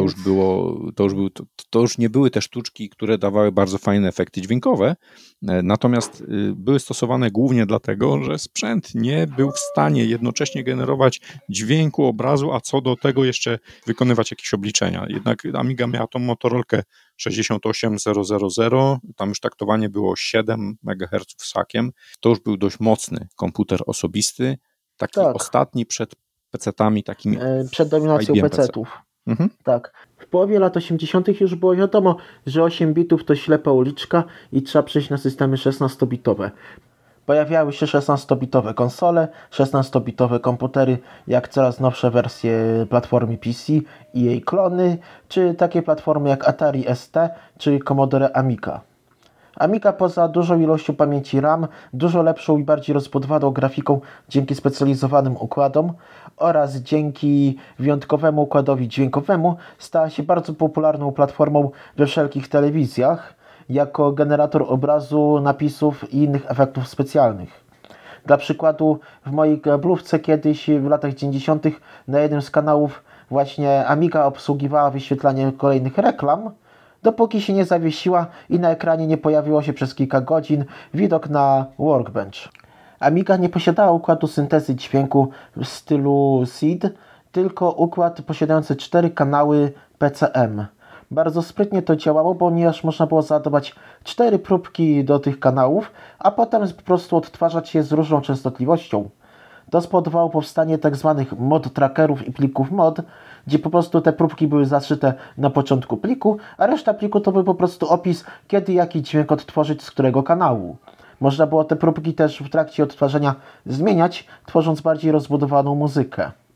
To już nie były te sztuczki, które dawały bardzo fajne efekty dźwiękowe, natomiast były stosowane głównie dlatego, że sprzęt nie był w stanie jednocześnie generować dźwięku, obrazu, a co do tego jeszcze wykonywać jakieś obliczenia. Jednak Amiga miała tą Motorolkę 68000, tam już taktowanie było 7 MHz ssakiem. To już był dość mocny komputer osobisty, taki ostatni przed PC-tami takimi. Przed dominacją PC-ów. Mhm. Tak. W połowie lat 80. już było wiadomo, że 8 bitów to ślepa uliczka i trzeba przejść na systemy 16-bitowe. Pojawiały się 16-bitowe konsole, 16-bitowe komputery, jak coraz nowsze wersje platformy PC i jej klony, czy takie platformy jak Atari ST czy Commodore Amiga. Amiga poza dużą ilością pamięci RAM, dużo lepszą i bardziej rozbudowaną grafiką dzięki specjalizowanym układom oraz dzięki wyjątkowemu układowi dźwiękowemu stała się bardzo popularną platformą we wszelkich telewizjach jako generator obrazu, napisów i innych efektów specjalnych. Dla przykładu w mojej kablówce kiedyś w latach 90. na jednym z kanałów właśnie Amiga obsługiwała wyświetlanie kolejnych reklam, dopóki się nie zawiesiła i na ekranie nie pojawiło się przez kilka godzin widok na Workbench. Amiga nie posiadała układu syntezy dźwięku w stylu SID, tylko układ posiadający 4 kanały PCM. Bardzo sprytnie to działało, ponieważ można było załadować 4 próbki do tych kanałów, a potem po prostu odtwarzać je z różną częstotliwością. To spowodowało powstanie tzw. mod trackerów i plików mod, gdzie po prostu te próbki były zaszyte na początku pliku, a reszta pliku to był po prostu opis, kiedy jaki dźwięk odtworzyć z którego kanału. Można było te próbki też w trakcie odtwarzania zmieniać, tworząc bardziej rozbudowaną muzykę.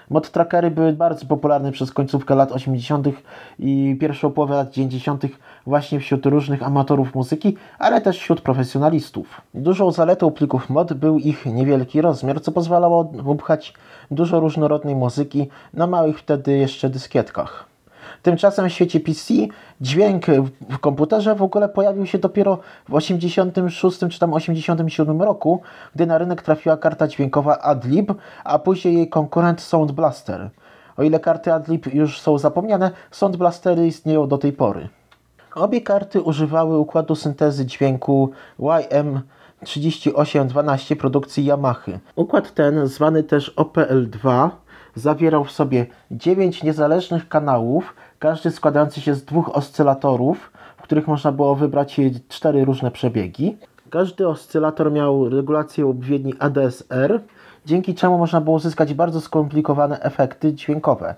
Mod trackery były bardzo popularne przez końcówkę lat 80. i pierwszą połowę lat 90. właśnie wśród różnych amatorów muzyki, ale też wśród profesjonalistów. Dużą zaletą plików mod był ich niewielki rozmiar, co pozwalało upchać dużo różnorodnej muzyki na małych wtedy jeszcze dyskietkach. Tymczasem w świecie PC dźwięk w komputerze w ogóle pojawił się dopiero w 86 czy tam 87 roku, gdy na rynek trafiła karta dźwiękowa Adlib, a później jej konkurent Sound Blaster. O ile karty Adlib już są zapomniane, Sound Blastery istnieją do tej pory. Obie karty używały układu syntezy dźwięku YM3812 produkcji Yamahy. Układ ten, zwany też OPL2, zawierał w sobie 9 niezależnych kanałów, każdy składający się z 2 oscylatorów, w których można było wybrać 4 różne przebiegi. Każdy oscylator miał regulację odpowiedni ADSR, dzięki czemu można było uzyskać bardzo skomplikowane efekty dźwiękowe.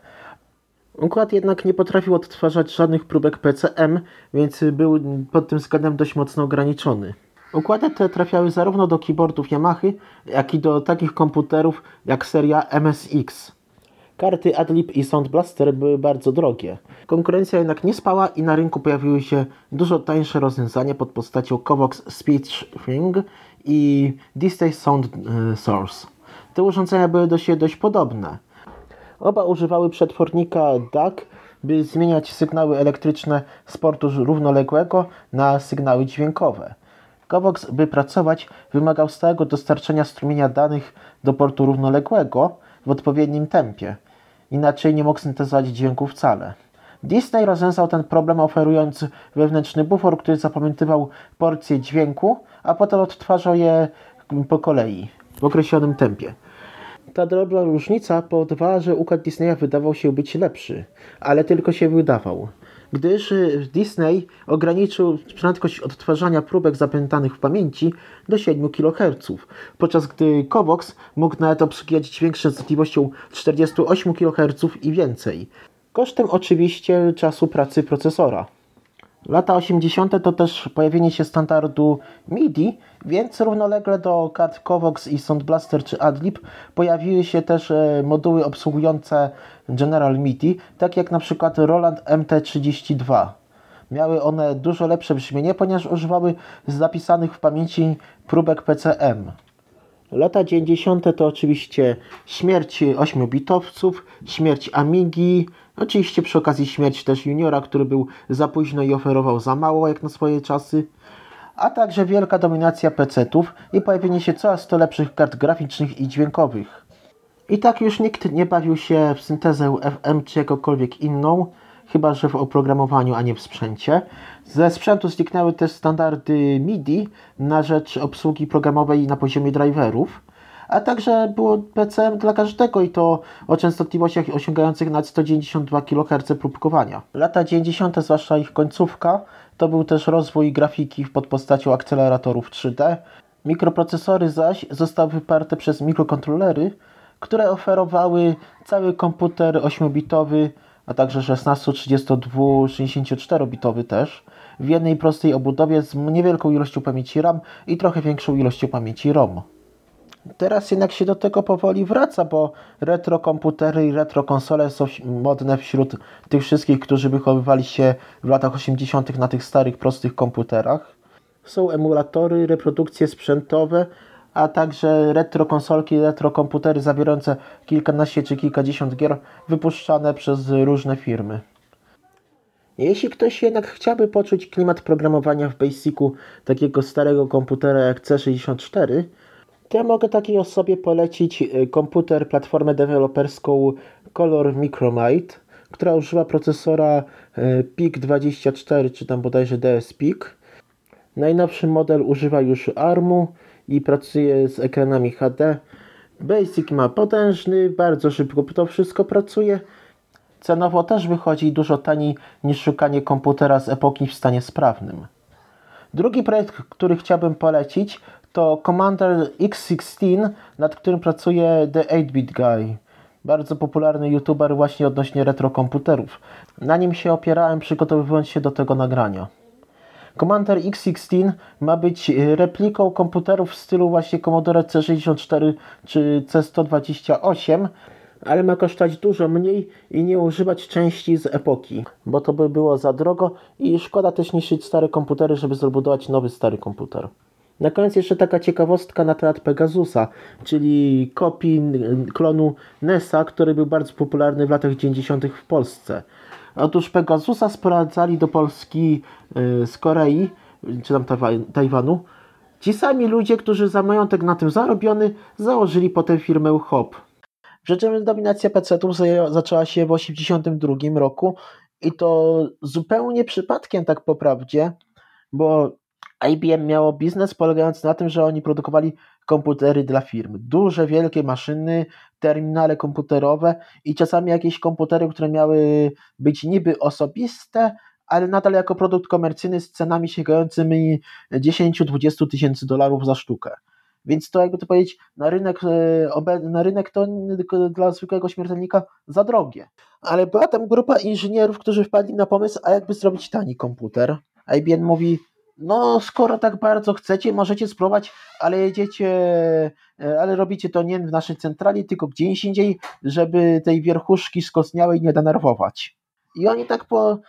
Układ jednak nie potrafił odtwarzać żadnych próbek PCM, więc był pod tym względem dość mocno ograniczony. Układy te trafiały zarówno do keyboardów Yamahy, jak i do takich komputerów jak seria MSX. Karty Adlib i Sound Blaster były bardzo drogie. Konkurencja jednak nie spała i na rynku pojawiły się dużo tańsze rozwiązania pod postacią Covox SpeechThing i Disney Sound Source. Te urządzenia były do siebie dość podobne. Oba używały przetwornika DAC, by zmieniać sygnały elektryczne z portu równoległego na sygnały dźwiękowe. Covox, by pracować, wymagał stałego dostarczenia strumienia danych do portu równoległego w odpowiednim tempie. Inaczej nie mógł syntezować dźwięku wcale. Disney rozwiązał ten problem, oferując wewnętrzny bufor, który zapamiętywał porcje dźwięku, a potem odtwarzał je po kolei, w określonym tempie. Ta drobna różnica powodowała, że układ Disneya wydawał się być lepszy, ale tylko się wydawał, gdyż Disney ograniczył prędkość odtwarzania próbek zapamiętanych w pamięci do 7 kHz, podczas gdy Covox mógł nawet obsługiwać dźwięk z częstotliwością 48 kHz i więcej, kosztem oczywiście czasu pracy procesora. Lata 80. to też pojawienie się standardu MIDI, więc równolegle do kart Covox i Sound Blaster czy Adlib pojawiły się też moduły obsługujące General MIDI, tak jak na przykład Roland MT32. Miały one dużo lepsze brzmienie, ponieważ używały zapisanych w pamięci próbek PCM. Lata 90. to oczywiście śmierć 8-bitowców, śmierć Amigi, oczywiście przy okazji śmierć też Juniora, który był za późno i oferował za mało jak na swoje czasy, a także wielka dominacja PC-ów i pojawienie się coraz to lepszych kart graficznych i dźwiękowych. I tak już nikt nie bawił się w syntezę FM czy jakąkolwiek inną, chyba że w oprogramowaniu, a nie w sprzęcie. Ze sprzętu zniknęły też standardy MIDI na rzecz obsługi programowej na poziomie driverów, a także było PCM dla każdego i to o częstotliwościach osiągających nawet 192 kHz próbkowania. Lata 90., zwłaszcza ich końcówka, to był też rozwój grafiki pod postacią akceleratorów 3D. Mikroprocesory zaś zostały wyparte przez mikrokontrolery, które oferowały cały komputer 8-bitowy, a także 16, 32, 64-bitowy też, w jednej prostej obudowie z niewielką ilością pamięci RAM i trochę większą ilością pamięci ROM. Teraz jednak się do tego powoli wraca, bo retro komputery i retro konsole są modne wśród tych wszystkich, którzy wychowywali się w latach 80. na tych starych, prostych komputerach. Są emulatory, reprodukcje sprzętowe, a także retro konsolki, retro komputery zawierające kilkanaście czy kilkadziesiąt gier wypuszczane przez różne firmy. Jeśli ktoś jednak chciałby poczuć klimat programowania w Basicu takiego starego komputera jak C64, to ja mogę takiej osobie polecić komputer, platformę deweloperską Color Micromite, która używa procesora PIC24 czy tam bodajże DS-PIC. Najnowszy model używa już ARM-u i pracuje z ekranami HD. Basic ma potężny, bardzo szybko to wszystko pracuje. Cenowo też wychodzi dużo taniej niż szukanie komputera z epoki w stanie sprawnym. Drugi projekt, który chciałbym polecić, to Commander X16, nad którym pracuje The 8-Bit Guy. Bardzo popularny youtuber właśnie odnośnie retro komputerów. Na nim się opierałem, przygotowując się do tego nagrania. Commander X16 ma być repliką komputerów w stylu właśnie Commodore C64 czy C128, ale ma kosztować dużo mniej i nie używać części z epoki, bo to by było za drogo i szkoda też niszczyć stare komputery, żeby zbudować nowy stary komputer. Na koniec jeszcze taka ciekawostka na temat Pegasusa, czyli kopii klonu NES-a, który był bardzo popularny w latach 90. w Polsce. Otóż Pegasusa sprowadzali do Polski z Korei, czy tam Tajwanu. Ci sami ludzie, którzy za majątek na tym zarobiony, założyli potem firmę Hop. Przy czym dominacja PC-ów zaczęła się w 1982 roku i to zupełnie przypadkiem tak po prawdzie, bo IBM miało biznes polegający na tym, że oni produkowali komputery dla firm. Duże, wielkie maszyny, terminale komputerowe i czasami jakieś komputery, które miały być niby osobiste, ale nadal jako produkt komercyjny z cenami sięgającymi 10-20 tysięcy dolarów za sztukę. Więc to jakby to powiedzieć, na rynek to dla zwykłego śmiertelnika za drogie. Ale była tam grupa inżynierów, którzy wpadli na pomysł, a jakby zrobić tani komputer. IBM mówi, no skoro tak bardzo chcecie, możecie spróbować, ale robicie to nie w naszej centrali, tylko gdzieś indziej, żeby tej wierchuszki skostniałej nie denerwować. I oni tak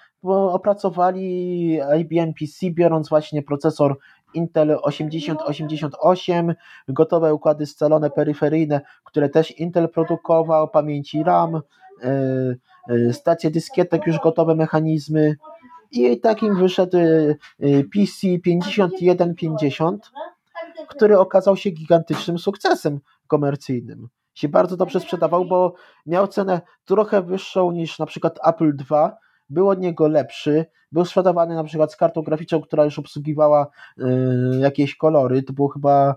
opracowali IBM PC, biorąc właśnie procesor Intel 8088, gotowe układy scalone peryferyjne, które też Intel produkował, pamięci RAM, stacje dyskietek, już gotowe mechanizmy. I takim wyszedł PC 5150, który okazał się gigantycznym sukcesem komercyjnym. Się bardzo dobrze sprzedawał, bo miał cenę trochę wyższą niż na przykład Apple II, był od niego lepszy, był sprzedawany na przykład z kartą graficzną, która już obsługiwała jakieś kolory, to było chyba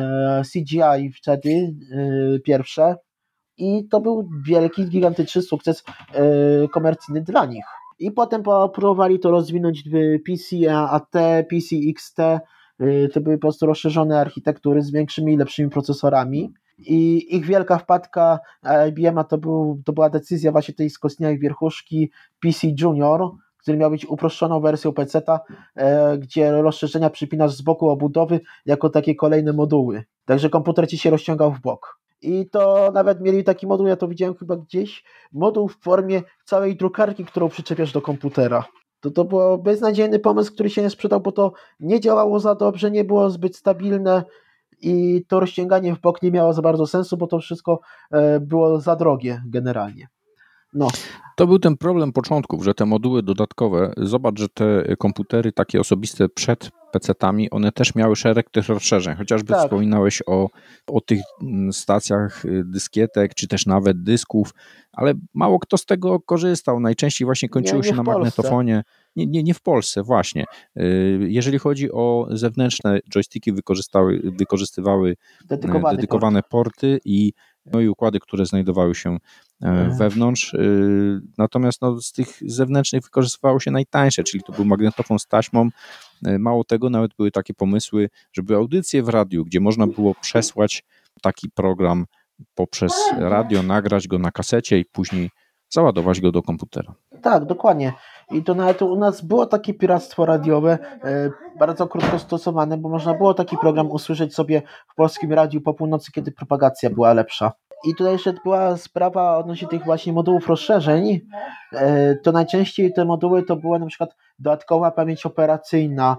CGI wtedy pierwsze i to był wielki, gigantyczny sukces komercyjny dla nich. I potem próbowali to rozwinąć w PC AT, PC XT, to były po prostu rozszerzone architektury z większymi i lepszymi procesorami. I ich wielka wpadka IBM-a to była decyzja właśnie tej skostniałej wierchuszki PC Junior, który miał być uproszczoną wersją PC-ta, gdzie rozszerzenia przypinasz z boku obudowy jako takie kolejne moduły. Także komputer ci się rozciągał w bok. I to nawet mieli taki moduł, ja to widziałem chyba gdzieś, moduł w formie całej drukarki, którą przyczepiasz do komputera. To był beznadziejny pomysł, który się nie sprzedał, bo to nie działało za dobrze, nie było zbyt stabilne i to rozciąganie w bok nie miało za bardzo sensu, bo to wszystko było za drogie generalnie. No. To był ten problem początków, że te moduły dodatkowe, zobacz, że te komputery takie osobiste przed PC-tami, one też miały szereg tych rozszerzeń, chociażby Tak. Wspominałeś o tych stacjach dyskietek, czy też nawet dysków, ale mało kto z tego korzystał, najczęściej właśnie kończyło się na magnetofonie. Nie w Polsce, właśnie. Jeżeli chodzi o zewnętrzne joysticki, wykorzystywały dedykowane porty i układy, które znajdowały się wewnątrz. Natomiast z tych zewnętrznych wykorzystywało się najtańsze, czyli to był magnetofon z taśmą. Mało tego, nawet były takie pomysły, żeby audycje w radiu, gdzie można było przesłać taki program poprzez radio, nagrać go na kasecie i później załadować go do komputera. Tak, dokładnie. I to nawet u nas było takie piractwo radiowe, bardzo krótko stosowane, bo można było taki program usłyszeć sobie w polskim radiu po północy, kiedy propagacja była lepsza. I tutaj jeszcze była sprawa odnośnie tych właśnie modułów rozszerzeń. To najczęściej te moduły to była na przykład dodatkowa pamięć operacyjna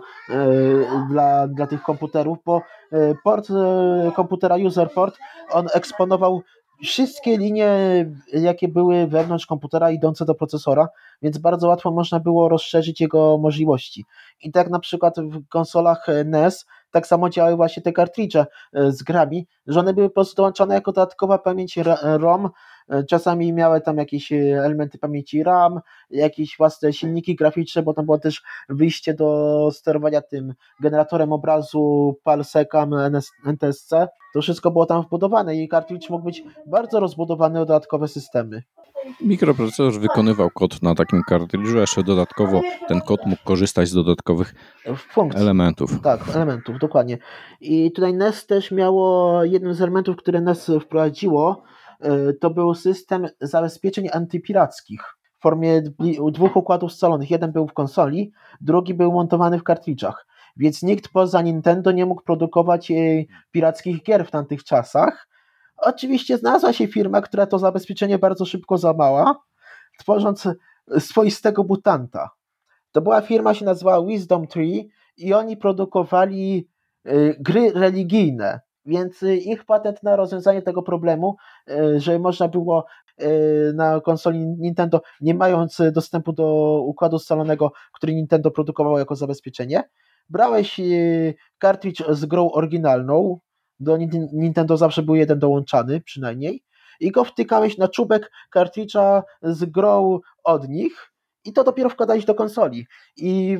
dla tych komputerów, bo port komputera user port, on eksponował wszystkie linie, jakie były wewnątrz komputera idące do procesora, więc bardzo łatwo można było rozszerzyć jego możliwości. I tak na przykład w konsolach NES tak samo działały właśnie te kartridże z grami, że one były po prostu dołączone jako dodatkowa pamięć ROM, czasami miały tam jakieś elementy pamięci RAM, jakieś własne silniki graficzne, bo tam było też wyjście do sterowania tym generatorem obrazu PAL-SECAM NTSC. To wszystko było tam wbudowane i kartridż mógł być bardzo rozbudowany o dodatkowe systemy. Mikroprocesor wykonywał kod na takim kartridżu, jeszcze dodatkowo ten kod mógł korzystać z dodatkowych elementów. Tak, elementów, dokładnie. I tutaj NES też miało, jednym z elementów, które NES wprowadziło, to był system zabezpieczeń antypirackich w formie dwóch układów scalonych. Jeden był w konsoli, drugi był montowany w kartridżach. Więc nikt poza Nintendo nie mógł produkować pirackich gier w tamtych czasach. Oczywiście znalazła się firma, która to zabezpieczenie bardzo szybko złamała, tworząc swoistego mutanta. To była firma, się nazywała Wisdom Tree i oni produkowali gry religijne, więc ich patent na rozwiązanie tego problemu, że można było na konsoli Nintendo, nie mając dostępu do układu scalonego, który Nintendo produkowało jako zabezpieczenie, brałeś kartridż z grą oryginalną, do Nintendo zawsze był jeden dołączany przynajmniej, i go wtykałeś na czubek kartridża z grą od nich i to dopiero wkładałeś do konsoli. I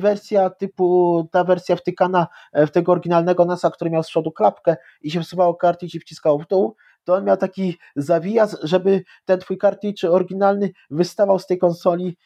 ta wersja wtykana w tego oryginalnego NES-a, który miał z przodu klapkę i się wsuwało kartridż i wciskało w dół, to on miał taki zawijas, żeby ten twój kartridż oryginalny wystawał z tej konsoli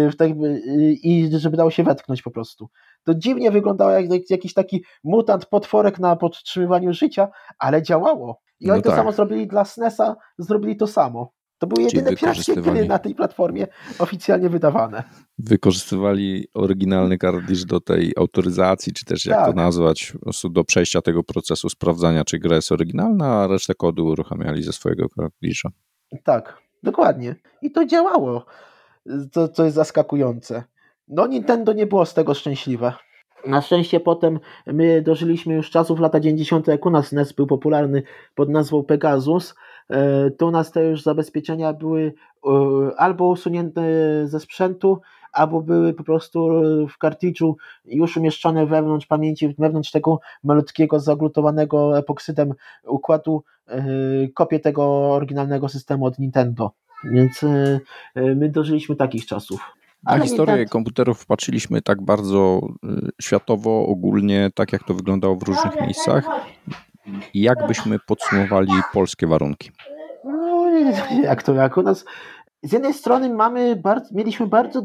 i żeby dało się wetknąć po prostu. To dziwnie wyglądało jak jakiś taki mutant, potworek na podtrzymywaniu życia, ale działało. I oni to samo zrobili dla SNES-a, zrobili to samo. To były jedyne pirackie gry na tej platformie oficjalnie wydawane. Wykorzystywali oryginalny kartridż do tej autoryzacji, czy też jak to nazwać, po prostu do przejścia tego procesu sprawdzania, czy gra jest oryginalna, a resztę kodu uruchamiali ze swojego kartridża. Tak, dokładnie. I to działało. To jest zaskakujące. No Nintendo nie było z tego szczęśliwe. Na szczęście potem my dożyliśmy już czasów lata 90., jak u nas NES był popularny pod nazwą Pegasus, to u nas te już zabezpieczenia były albo usunięte ze sprzętu, albo były po prostu w kartridżu już umieszczone wewnątrz pamięci, wewnątrz tego malutkiego, zaglutowanego epoksydem układu kopię tego oryginalnego systemu od Nintendo. Więc my dożyliśmy takich czasów. Na historię komputerów wpatrzyliśmy tak bardzo światowo, ogólnie, tak jak to wyglądało w różnych miejscach. Jak byśmy podsumowali polskie warunki? No, jak u nas. Z jednej strony mieliśmy bardzo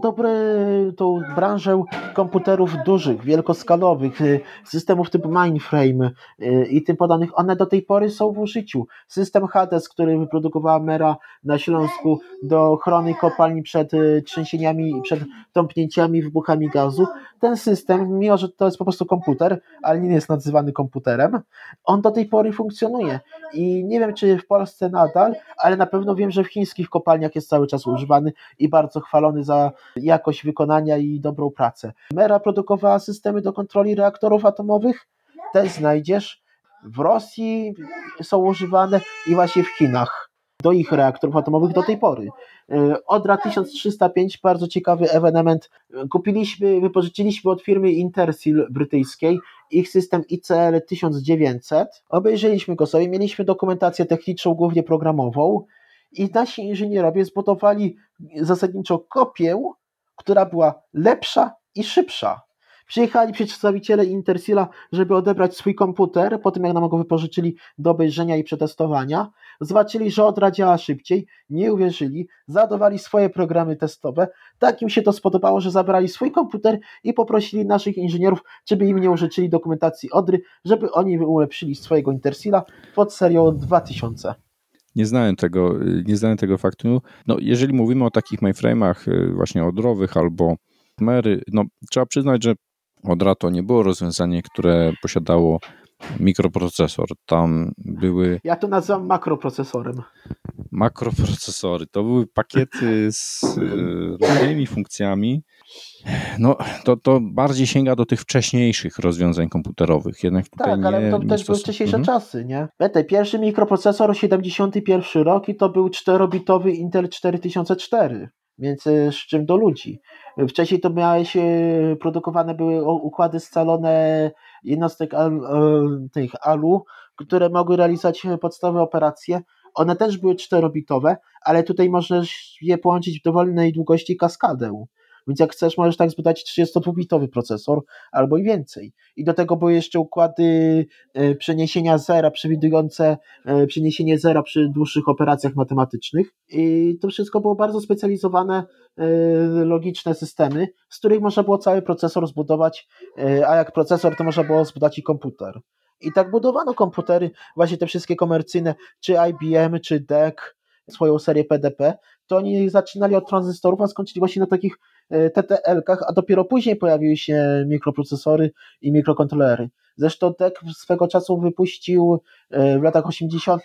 tą branżę komputerów dużych, wielkoskalowych, systemów typu mainframe i tym podanych. One do tej pory są w użyciu. System Hades, który wyprodukowała Mera na Śląsku do ochrony kopalni przed trzęsieniami i przed tąpnięciami i wybuchami gazu. Ten system, mimo że to jest po prostu komputer, ale nie jest nazywany komputerem, on do tej pory funkcjonuje. I nie wiem, czy w Polsce nadal, ale na pewno wiem, że w chińskich kopalniach jest cały czas używany i bardzo chwalony za jakość wykonania i dobrą pracę. Mera produkowała systemy do kontroli reaktorów atomowych, te znajdziesz w Rosji, są używane i właśnie w Chinach do ich reaktorów atomowych do tej pory. Odra 1305, bardzo ciekawy ewenement. Wypożyczyliśmy od firmy Intersil brytyjskiej ich system ICL 1900. Obejrzeliśmy go sobie, mieliśmy dokumentację techniczną, głównie programową i nasi inżynierowie zbudowali zasadniczo kopię, która była lepsza i szybsza. Przyjechali przedstawiciele Intersila, żeby odebrać swój komputer, po tym jak nam go wypożyczyli do obejrzenia i przetestowania. Zobaczyli, że Odra działa szybciej, nie uwierzyli, zadawali swoje programy testowe. Tak im się to spodobało, że zabrali swój komputer i poprosili naszych inżynierów, żeby im nie użyczyli dokumentacji Odry, żeby oni ulepszyli swojego Intersila pod serią 2000. Nie znałem tego faktu. No, jeżeli mówimy o takich mainframe'ach właśnie odrowych albo Mery, no trzeba przyznać, że Odra to nie było rozwiązanie, które posiadało mikroprocesor. Tam były... Ja to nazywam makroprocesorem. Makroprocesory. To były pakiety z różnymi funkcjami. No, to bardziej sięga do tych wcześniejszych rozwiązań komputerowych. Jednak tutaj tak, ale to też były wcześniejsze czasy, nie? Pierwszy mikroprocesor 71 rok i to był 4-bitowy Intel 4004. Więc z czym do ludzi. Wcześniej to produkowane były układy scalone jednostek tych ALU, które mogły realizować podstawowe operacje. One też były 4-bitowe, ale tutaj możesz je połączyć w dowolnej długości kaskadę. Więc jak chcesz, możesz tak zbudować 32-bitowy procesor albo i więcej. I do tego były jeszcze układy przeniesienia zera, przewidujące przeniesienie zera przy dłuższych operacjach matematycznych. I to wszystko było bardzo specjalizowane, logiczne systemy, z których można było cały procesor zbudować, a jak procesor, to można było zbudować i komputer. I tak budowano komputery, właśnie te wszystkie komercyjne, czy IBM, czy DEC, swoją serię PDP, to oni zaczynali od tranzystorów, a skończyli właśnie na takich TTL-kach, a dopiero później pojawiły się mikroprocesory i mikrokontrolery. Zresztą DEC swego czasu wypuścił w latach 80.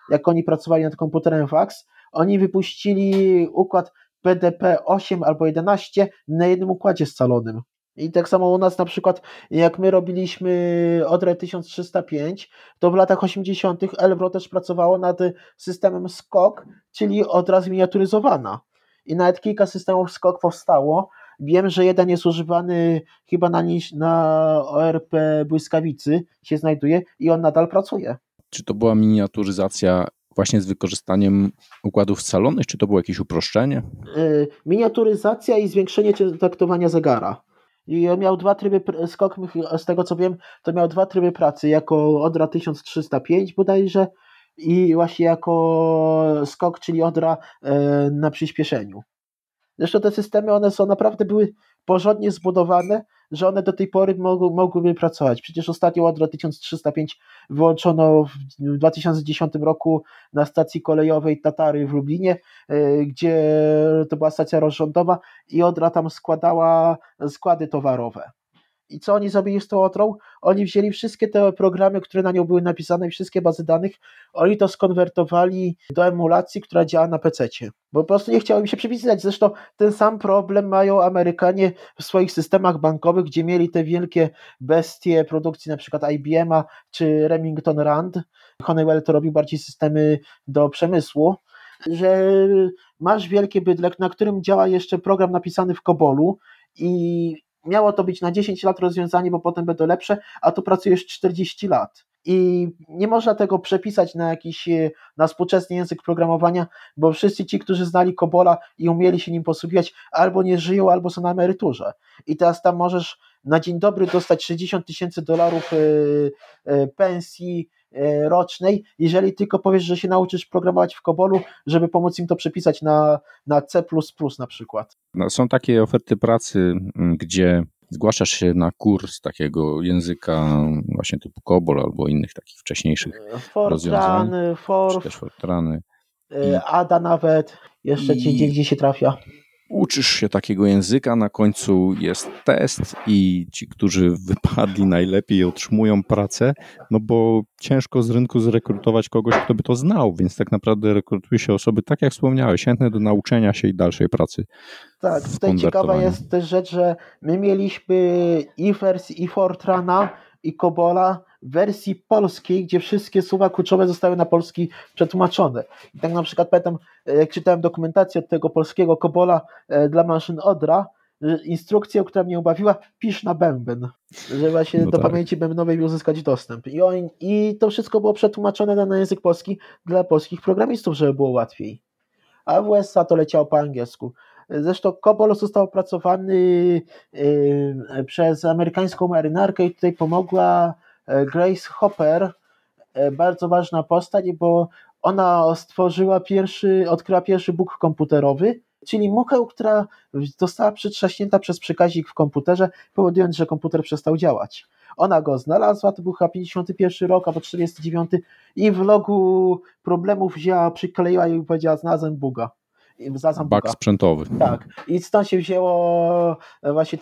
jak oni pracowali nad komputerem VAX, oni wypuścili układ PDP-8 albo 11 na jednym układzie scalonym. I tak samo u nas na przykład, jak my robiliśmy Odrę 1305, to w latach 80. Elbro też pracowało nad systemem SCOG, czyli Odra zminiaturyzowana. I nawet kilka systemów SCOG powstało. Wiem, że jeden jest używany chyba na ORP Błyskawicy się znajduje i on nadal pracuje. Czy to była miniaturyzacja właśnie z wykorzystaniem układów scalonych, czy to było jakieś uproszczenie? Miniaturyzacja i zwiększenie taktowania zegara. I on miał dwa tryby, SCOG, z tego co wiem, to miał dwa tryby pracy, jako Odra 1305 bodajże i właśnie jako SCOG, czyli Odra na przyspieszeniu. Zresztą te systemy, naprawdę były porządnie zbudowane, że one do tej pory mogłyby pracować. Przecież ostatnio Odra 1305 wyłączono w 2010 roku na stacji kolejowej Tatary w Lublinie, gdzie to była stacja rozrządowa i Odra tam składała składy towarowe. I co oni zrobili z tą Odrą? Oni wzięli wszystkie te programy, które na nią były napisane i wszystkie bazy danych, oni to skonwertowali do emulacji, która działa na PC-cie. Bo po prostu nie chciało im się przepisać. Zresztą ten sam problem mają Amerykanie w swoich systemach bankowych, gdzie mieli te wielkie bestie produkcji, na przykład IBM-a czy Remington Rand. Honeywell to robił bardziej systemy do przemysłu, że masz wielkie bydlek, na którym działa jeszcze program napisany w COBOL-u i miało to być na 10 lat rozwiązanie, bo potem będą lepsze, a tu pracujesz 40 lat. I nie można tego przepisać na współczesny język programowania, bo wszyscy ci, którzy znali COBOL-a i umieli się nim posługiwać, albo nie żyją, albo są na emeryturze. I teraz tam możesz na dzień dobry dostać $60,000 pensji rocznej, jeżeli tylko powiesz, że się nauczysz programować w COBOL-u, żeby pomóc im to przepisać na C++ na przykład. No, są takie oferty pracy, gdzie zgłaszasz się na kurs takiego języka właśnie typu COBOL albo innych takich wcześniejszych rozwiązań. Czy też Fortrany. Ada nawet, jeszcze gdzie się trafia. Uczysz się takiego języka, na końcu jest test i ci, którzy wypadli najlepiej, otrzymują pracę, no bo ciężko z rynku zrekrutować kogoś, kto by to znał, więc tak naprawdę rekrutuje się osoby, tak jak wspomniałeś, chętne do nauczenia się i dalszej pracy. Tak, tutaj ciekawa jest też rzecz, że my mieliśmy i Fortrana, i COBOL-a w wersji polskiej, gdzie wszystkie słowa kluczowe zostały na polski przetłumaczone. I tak na przykład pamiętam, jak czytałem dokumentację od tego polskiego COBOL-a dla maszyn Odra, instrukcję, która mnie ubawiła, pisz na bęben, że właśnie do pamięci bębnowej uzyskać dostęp. I to wszystko było przetłumaczone na język polski dla polskich programistów, żeby było łatwiej. A w USA to leciało po angielsku. Zresztą COBOL został opracowany przez amerykańską marynarkę i tutaj pomogła Grace Hopper, bardzo ważna postać, bo ona odkryła pierwszy bóg komputerowy, czyli muchę, która została przytrzaśnięta przez przekaźnik w komputerze, powodując, że komputer przestał działać. Ona go znalazła, to był chyba 51 rok albo 49 i w logu problemów przykleiła i powiedziała: znalazłem buga. Bug sprzętowy. Tak. I stąd się wzięło właśnie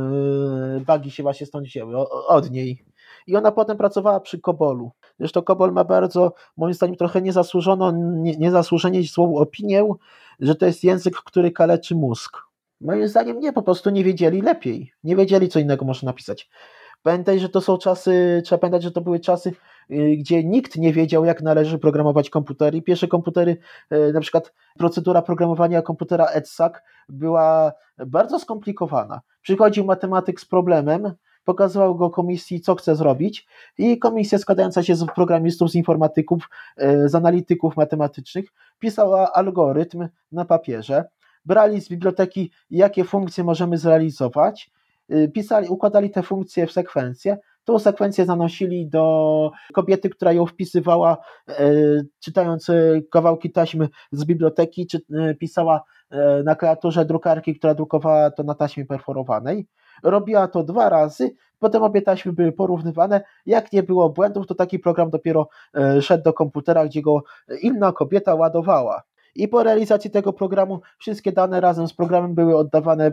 bugi się właśnie stąd wzięły, od niej. I ona potem pracowała przy COBOL-u. Zresztą COBOL ma bardzo, moim zdaniem, trochę niezasłużenie złą opinię, że to jest język, który kaleczy mózg. Moim zdaniem nie, po prostu nie wiedzieli lepiej. Nie wiedzieli, co innego można napisać. Pamiętaj, że to są czasy, trzeba pamiętać, że to były czasy, gdzie nikt nie wiedział, jak należy programować komputery. Pierwsze komputery, na przykład procedura programowania komputera EDSAC była bardzo skomplikowana. Przychodził matematyk z problemem, pokazywał go komisji, co chce zrobić i komisja składająca się z programistów, z informatyków, z analityków matematycznych pisała algorytm na papierze, brali z biblioteki, jakie funkcje możemy zrealizować, układali te funkcje w sekwencję, tą sekwencję zanosili do kobiety, która ją wpisywała, czytając kawałki taśmy z biblioteki, czy pisała na klawiaturze drukarki, która drukowała to na taśmie perforowanej. Robiła to 2 razy, potem obie taśmy były porównywane. Jak nie było błędów, to taki program dopiero szedł do komputera, gdzie go inna kobieta ładowała. I po realizacji tego programu wszystkie dane razem z programem były oddawane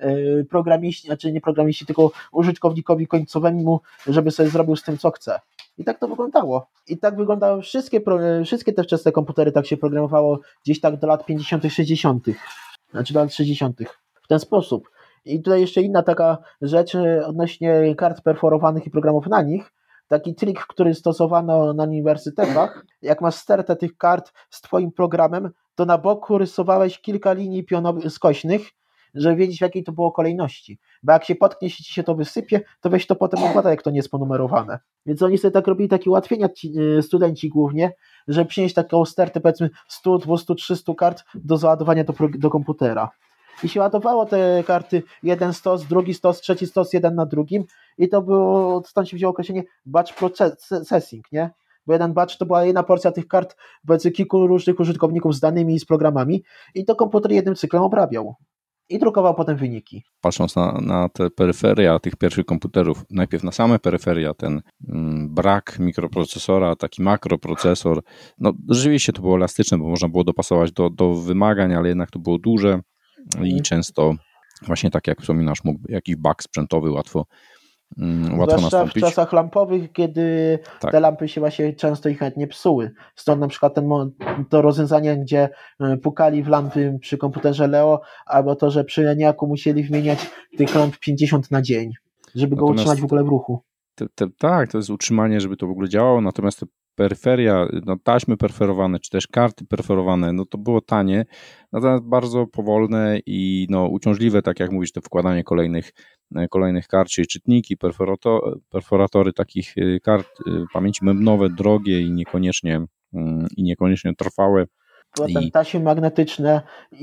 programiści, znaczy nie programiści, tylko użytkownikowi końcowemu, żeby sobie zrobił z tym, co chce. I tak to wyglądało. I tak wyglądały wszystkie te wczesne komputery, tak się programowało gdzieś tak do lat 50., 60., znaczy do lat 60. w ten sposób. I tutaj jeszcze inna taka rzecz odnośnie kart perforowanych i programów na nich. Taki trik, który stosowano na uniwersytetach, jak masz stertę tych kart z twoim programem, to na boku rysowałeś kilka linii pionowych, skośnych, żeby wiedzieć, w jakiej to było kolejności. Bo jak się potknie, jeśli ci się to wysypie, to weź to potem układa, jak to nie jest ponumerowane. Więc oni sobie tak robili takie ułatwienia, studenci głównie, żeby przynieść taką stertę, powiedzmy 100, 200, 300 kart do załadowania do komputera. I się ładowało te karty, jeden stos, drugi stos, trzeci stos, jeden na drugim i to było, stąd się wzięło określenie batch processing, nie? Bo jeden batch to była jedna porcja tych kart, powiedzmy kilku różnych użytkowników z danymi i z programami i to komputer jednym cyklem obrabiał i drukował potem wyniki. Patrząc na te peryferia tych pierwszych komputerów, najpierw na same peryferia, ten brak mikroprocesora, taki makroprocesor, no rzeczywiście to było elastyczne, bo można było dopasować do wymagań, ale jednak to było duże i często właśnie tak jak wspominasz, mógł jakiś bug sprzętowy łatwo nastąpić. W czasach lampowych, kiedy te lampy się właśnie często i chętnie psuły. Stąd na przykład to rozwiązanie, gdzie pukali w lampy przy komputerze Leo, albo to, że przy Leniaku musieli wymieniać tych lamp 50 na dzień, żeby go utrzymać w ogóle w ruchu. Tak, to jest utrzymanie, żeby to w ogóle działało, natomiast te peryferia, taśmy perforowane, czy też karty perforowane, no to było tanie, natomiast bardzo powolne i uciążliwe, tak jak mówisz, to wkładanie kolejnych kart, czyli czytniki, perforatory takich kart, pamięci bębnowe, drogie i niekoniecznie trwałe. Potem taśmy magnetyczne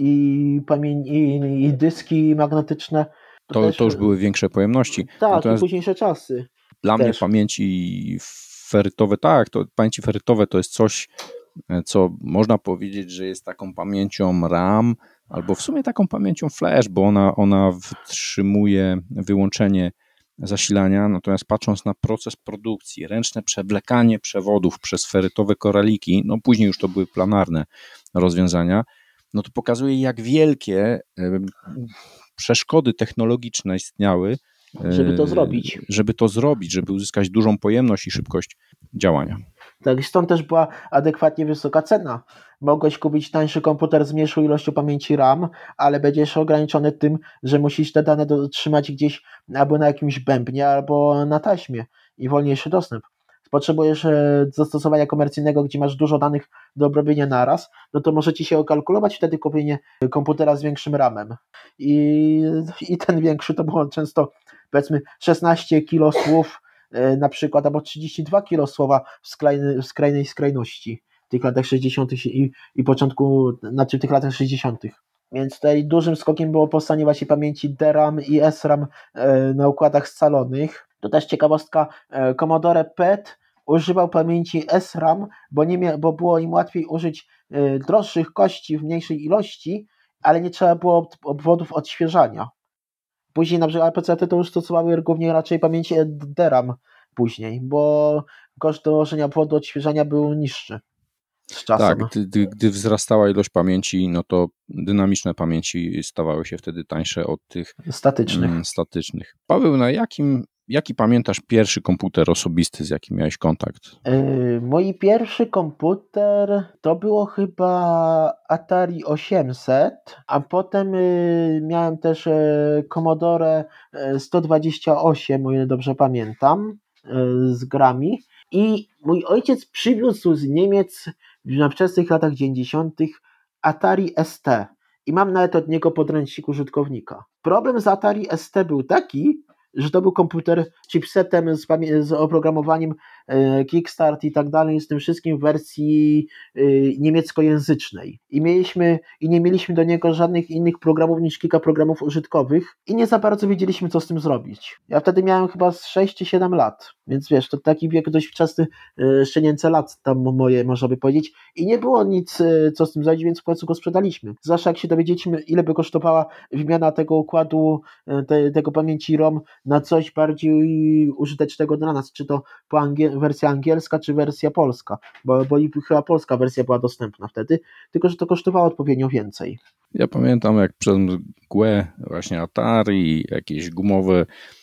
i dyski magnetyczne. To już były większe pojemności. Tak, natomiast i późniejsze czasy. Dla mnie pamięci ferytowe, pamięci ferytowe to jest coś, co można powiedzieć, że jest taką pamięcią RAM, albo w sumie taką pamięcią flash, bo ona wytrzymuje wyłączenie zasilania, natomiast patrząc na proces produkcji, ręczne przewlekanie przewodów przez ferytowe koraliki, później już to były planarne rozwiązania, to pokazuje, jak wielkie przeszkody technologiczne istniały, żeby to zrobić, żeby uzyskać dużą pojemność i szybkość działania. Tak, stąd też była adekwatnie wysoka cena. Mogłeś kupić tańszy komputer z mniejszą ilością pamięci RAM, ale będziesz ograniczony tym, że musisz te dane trzymać gdzieś albo na jakimś bębnie, albo na taśmie i wolniejszy dostęp. Potrzebujesz zastosowania komercyjnego, gdzie masz dużo danych do obrobienia naraz, to może ci się okalkulować wtedy kupienie komputera z większym RAM-em. I ten większy to było często, powiedzmy, 16 kilo słów na przykład, albo 32 kilo słowa w skrajnej skrajności w tych latach 60. i początku, znaczy w tych latach 60. Więc tutaj dużym skokiem było powstanie właśnie pamięci DRAM i SRAM na układach scalonych. To też ciekawostka, Commodore PET używał pamięci SRAM, bo było im łatwiej użyć droższych kości w mniejszej ilości, ale nie trzeba było obwodów odświeżania. Później na przykład PC to już stosowały głównie raczej pamięci DRAM później, bo koszt dołożenia obwodu odświeżania był niższy z czasem. Tak, gdy wzrastała ilość pamięci, to dynamiczne pamięci stawały się wtedy tańsze od tych statycznych. Paweł, jaki pamiętasz pierwszy komputer osobisty, z jakim miałeś kontakt? Mój pierwszy komputer to było chyba Atari 800, a potem miałem też Commodore 128, o ile dobrze pamiętam, z grami. I mój ojciec przywiózł z Niemiec na wczesnych latach 90. Atari ST. I mam nawet od niego podręcznik użytkownika. Problem z Atari ST był taki, że to był komputer chipsetem z oprogramowaniem Kickstart i tak dalej, z tym wszystkim w wersji niemieckojęzycznej. I nie mieliśmy do niego żadnych innych programów niż kilka programów użytkowych i nie za bardzo wiedzieliśmy, co z tym zrobić. Ja wtedy miałem chyba 6 czy 7 lat, więc wiesz, to taki wiek dość wczesny, szczenięce lat tam moje, można by powiedzieć, i nie było nic, co z tym zrobić, więc w końcu go sprzedaliśmy. Zwłaszcza jak się dowiedzieliśmy, ile by kosztowała wymiana tego układu, tego pamięci ROM na coś bardziej użytecznego dla nas, czy to wersja angielska, czy wersja polska, bo i chyba polska wersja była dostępna wtedy, tylko że to kosztowało odpowiednio więcej. Ja pamiętam, jak przez mgłę właśnie Atari, jakieś gumowe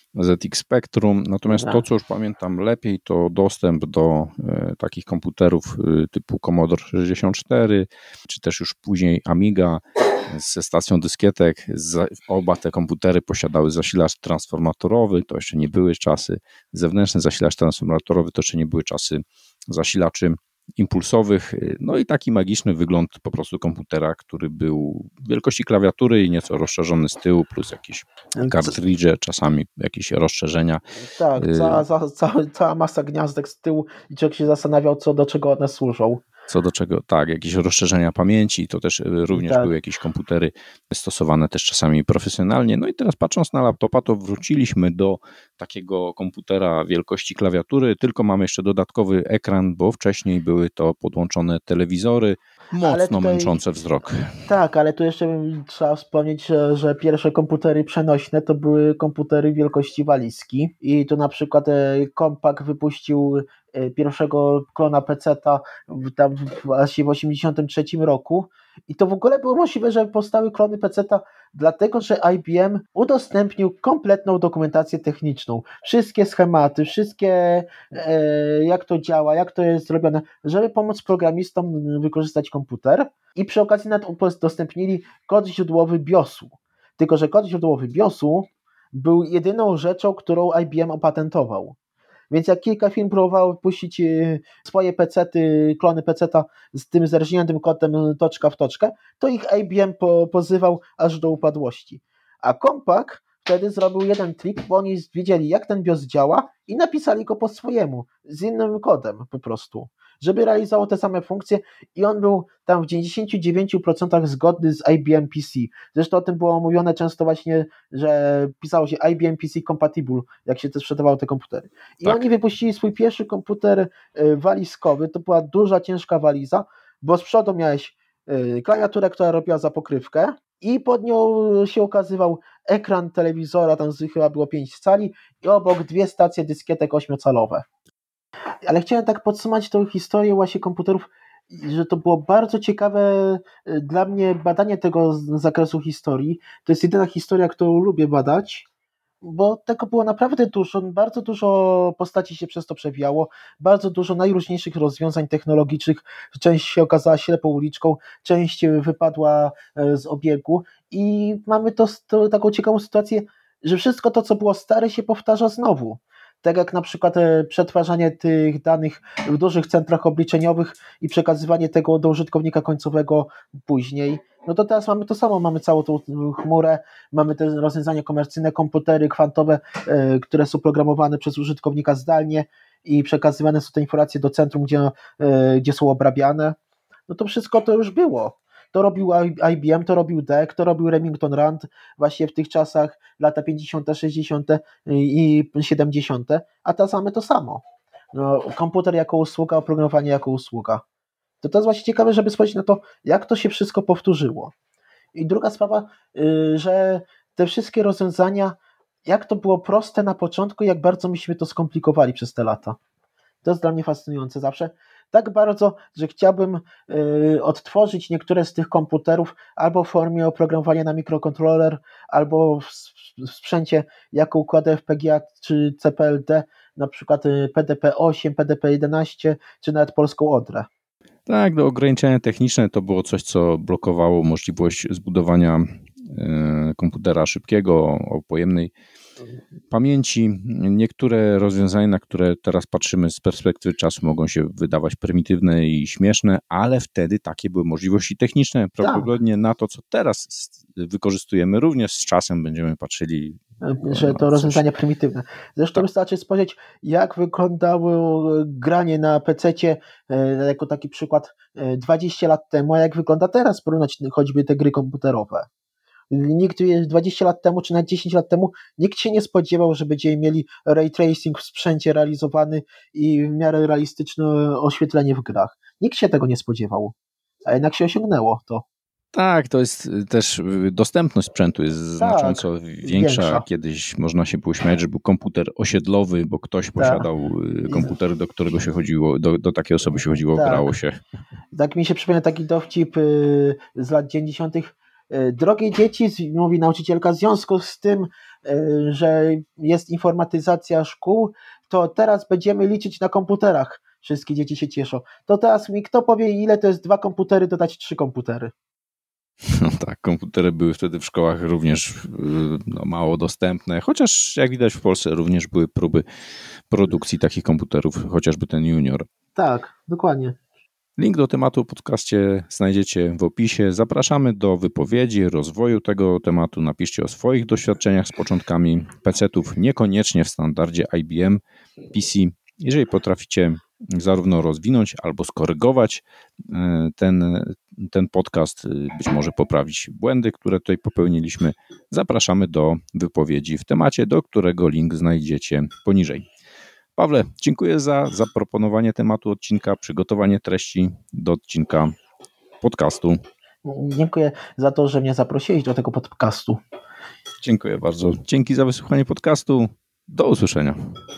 ZX Spectrum. Natomiast to, co już pamiętam lepiej, to dostęp do takich komputerów typu Commodore 64, czy też już później Amiga ze stacją dyskietek. Oba te komputery posiadały zasilacz transformatorowy, to jeszcze nie były czasy zewnętrzny zasilacz transformatorowy, to jeszcze nie były czasy zasilaczy impulsowych, no i taki magiczny wygląd po prostu komputera, który był wielkości klawiatury i nieco rozszerzony z tyłu, plus jakieś kartridże, czasami jakieś rozszerzenia. Tak, cała masa gniazdek z tyłu i człowiek się zastanawiał, co do czego one służą. Co do czego, tak, jakieś rozszerzenia pamięci, to też również były jakieś komputery stosowane też czasami profesjonalnie. No i teraz patrząc na laptopa, to wróciliśmy do takiego komputera wielkości klawiatury, tylko mamy jeszcze dodatkowy ekran, bo wcześniej były to podłączone telewizory, mocno męczące wzrok. Tak, ale tu jeszcze trzeba wspomnieć, że pierwsze komputery przenośne to były komputery wielkości walizki i tu na przykład Compaq wypuścił pierwszego klona PC-ta tam właśnie w 1983 roku i to w ogóle było możliwe, że powstały klony PC-ta dlatego, że IBM udostępnił kompletną dokumentację techniczną, wszystkie schematy, wszystkie jak to działa, jak to jest zrobione, żeby pomóc programistom wykorzystać komputer i przy okazji udostępnili kod źródłowy BIOS-u, tylko że kod źródłowy BIOS-u był jedyną rzeczą, którą IBM opatentował. Więc jak kilka firm próbowało wypuścić swoje pecety, klony peceta z tym zerżniętym kodem toczka w toczkę, to ich IBM pozywał aż do upadłości. A Compaq wtedy zrobił jeden trik, bo oni wiedzieli, jak ten BIOS działa i napisali go po swojemu, z innym kodem po prostu, żeby realizował te same funkcje i on był tam w 99% zgodny z IBM PC. Zresztą o tym było mówione często właśnie, że pisało się IBM PC Compatible, jak się też sprzedawało te komputery. I tak. Oni wypuścili swój pierwszy komputer walizkowy, to była duża, ciężka waliza, bo z przodu miałeś klawiaturę, która robiła za pokrywkę i pod nią się ukazywał ekran telewizora, tam chyba było 5 cali i obok 2 stacje dyskietek 8-calowe. Ale chciałem tak podsumować tą historię właśnie komputerów, że to było bardzo ciekawe dla mnie badanie tego zakresu historii. To jest jedyna historia, którą lubię badać, bo tego było naprawdę dużo, bardzo dużo postaci się przez to przewijało, bardzo dużo najróżniejszych rozwiązań technologicznych, część się okazała ślepą uliczką, część wypadła z obiegu i mamy taką ciekawą sytuację, że wszystko to, co było stare, się powtarza znowu. Tak jak na przykład przetwarzanie tych danych w dużych centrach obliczeniowych i przekazywanie tego do użytkownika końcowego później. No to teraz mamy to samo, mamy całą tą chmurę, mamy te rozwiązania komercyjne, komputery kwantowe, które są programowane przez użytkownika zdalnie i przekazywane są te informacje do centrum, gdzie są obrabiane. No to wszystko to już było. To robił IBM, to robił DEC, to robił Remington Rand właśnie w tych czasach, lata 50., 60. i 70., a teraz mamy to samo. No, komputer jako usługa, oprogramowanie jako usługa. To jest właśnie ciekawe, żeby spojrzeć na to, jak to się wszystko powtórzyło. I druga sprawa, że te wszystkie rozwiązania, jak to było proste na początku, jak bardzo myśmy to skomplikowali przez te lata. To jest dla mnie fascynujące zawsze. Tak bardzo, że chciałbym odtworzyć niektóre z tych komputerów albo w formie oprogramowania na mikrokontroler, albo w sprzęcie jako układy FPGA czy CPLD, na przykład PDP-8, PDP-11 czy nawet polską Odrę. Tak, no, ograniczenia techniczne to było coś, co blokowało możliwość zbudowania komputera szybkiego o pojemnej pamięci. Niektóre rozwiązania, na które teraz patrzymy z perspektywy czasu, mogą się wydawać prymitywne i śmieszne, ale wtedy takie były możliwości techniczne. Prawdopodobnie na to, co teraz wykorzystujemy, również z czasem będziemy patrzyli, że to rozwiązania prymitywne. Zresztą wystarczy spojrzeć, jak wyglądało granie na PC-cie, jako taki przykład 20 lat temu, a jak wygląda teraz, porównać choćby te gry komputerowe. Nikt 20 lat temu, czy nawet 10 lat temu, nikt się nie spodziewał, że będziemy mieli ray tracing w sprzęcie realizowany i w miarę realistyczne oświetlenie w grach. Nikt się tego nie spodziewał, a jednak się osiągnęło to. Tak, to jest też dostępność sprzętu jest znacząco większa. Kiedyś można się było śmiać, że był komputer osiedlowy, bo ktoś posiadał komputer, do którego się chodziło, do takiej osoby się chodziło, grało się. Tak mi się przypomina taki dowcip z lat 90. Drogie dzieci, mówi nauczycielka, w związku z tym, że jest informatyzacja szkół, to teraz będziemy liczyć na komputerach. Wszystkie dzieci się cieszą. To teraz mi kto powie, ile to jest 2 komputery, dodać 3 komputery. No tak, komputery były wtedy w szkołach również mało dostępne, chociaż jak widać w Polsce również były próby produkcji takich komputerów, chociażby ten Junior. Tak, dokładnie. Link do tematu w podcaście znajdziecie w opisie. Zapraszamy do wypowiedzi, rozwoju tego tematu. Napiszcie o swoich doświadczeniach z początkami PC-ów, niekoniecznie w standardzie IBM PC. Jeżeli potraficie zarówno rozwinąć albo skorygować ten podcast, być może poprawić błędy, które tutaj popełniliśmy, zapraszamy do wypowiedzi w temacie, do którego link znajdziecie poniżej. Pawle, dziękuję za zaproponowanie tematu odcinka, przygotowanie treści do odcinka podcastu. Dziękuję za to, że mnie zaprosiłeś do tego podcastu. Dziękuję bardzo. Dzięki za wysłuchanie podcastu. Do usłyszenia.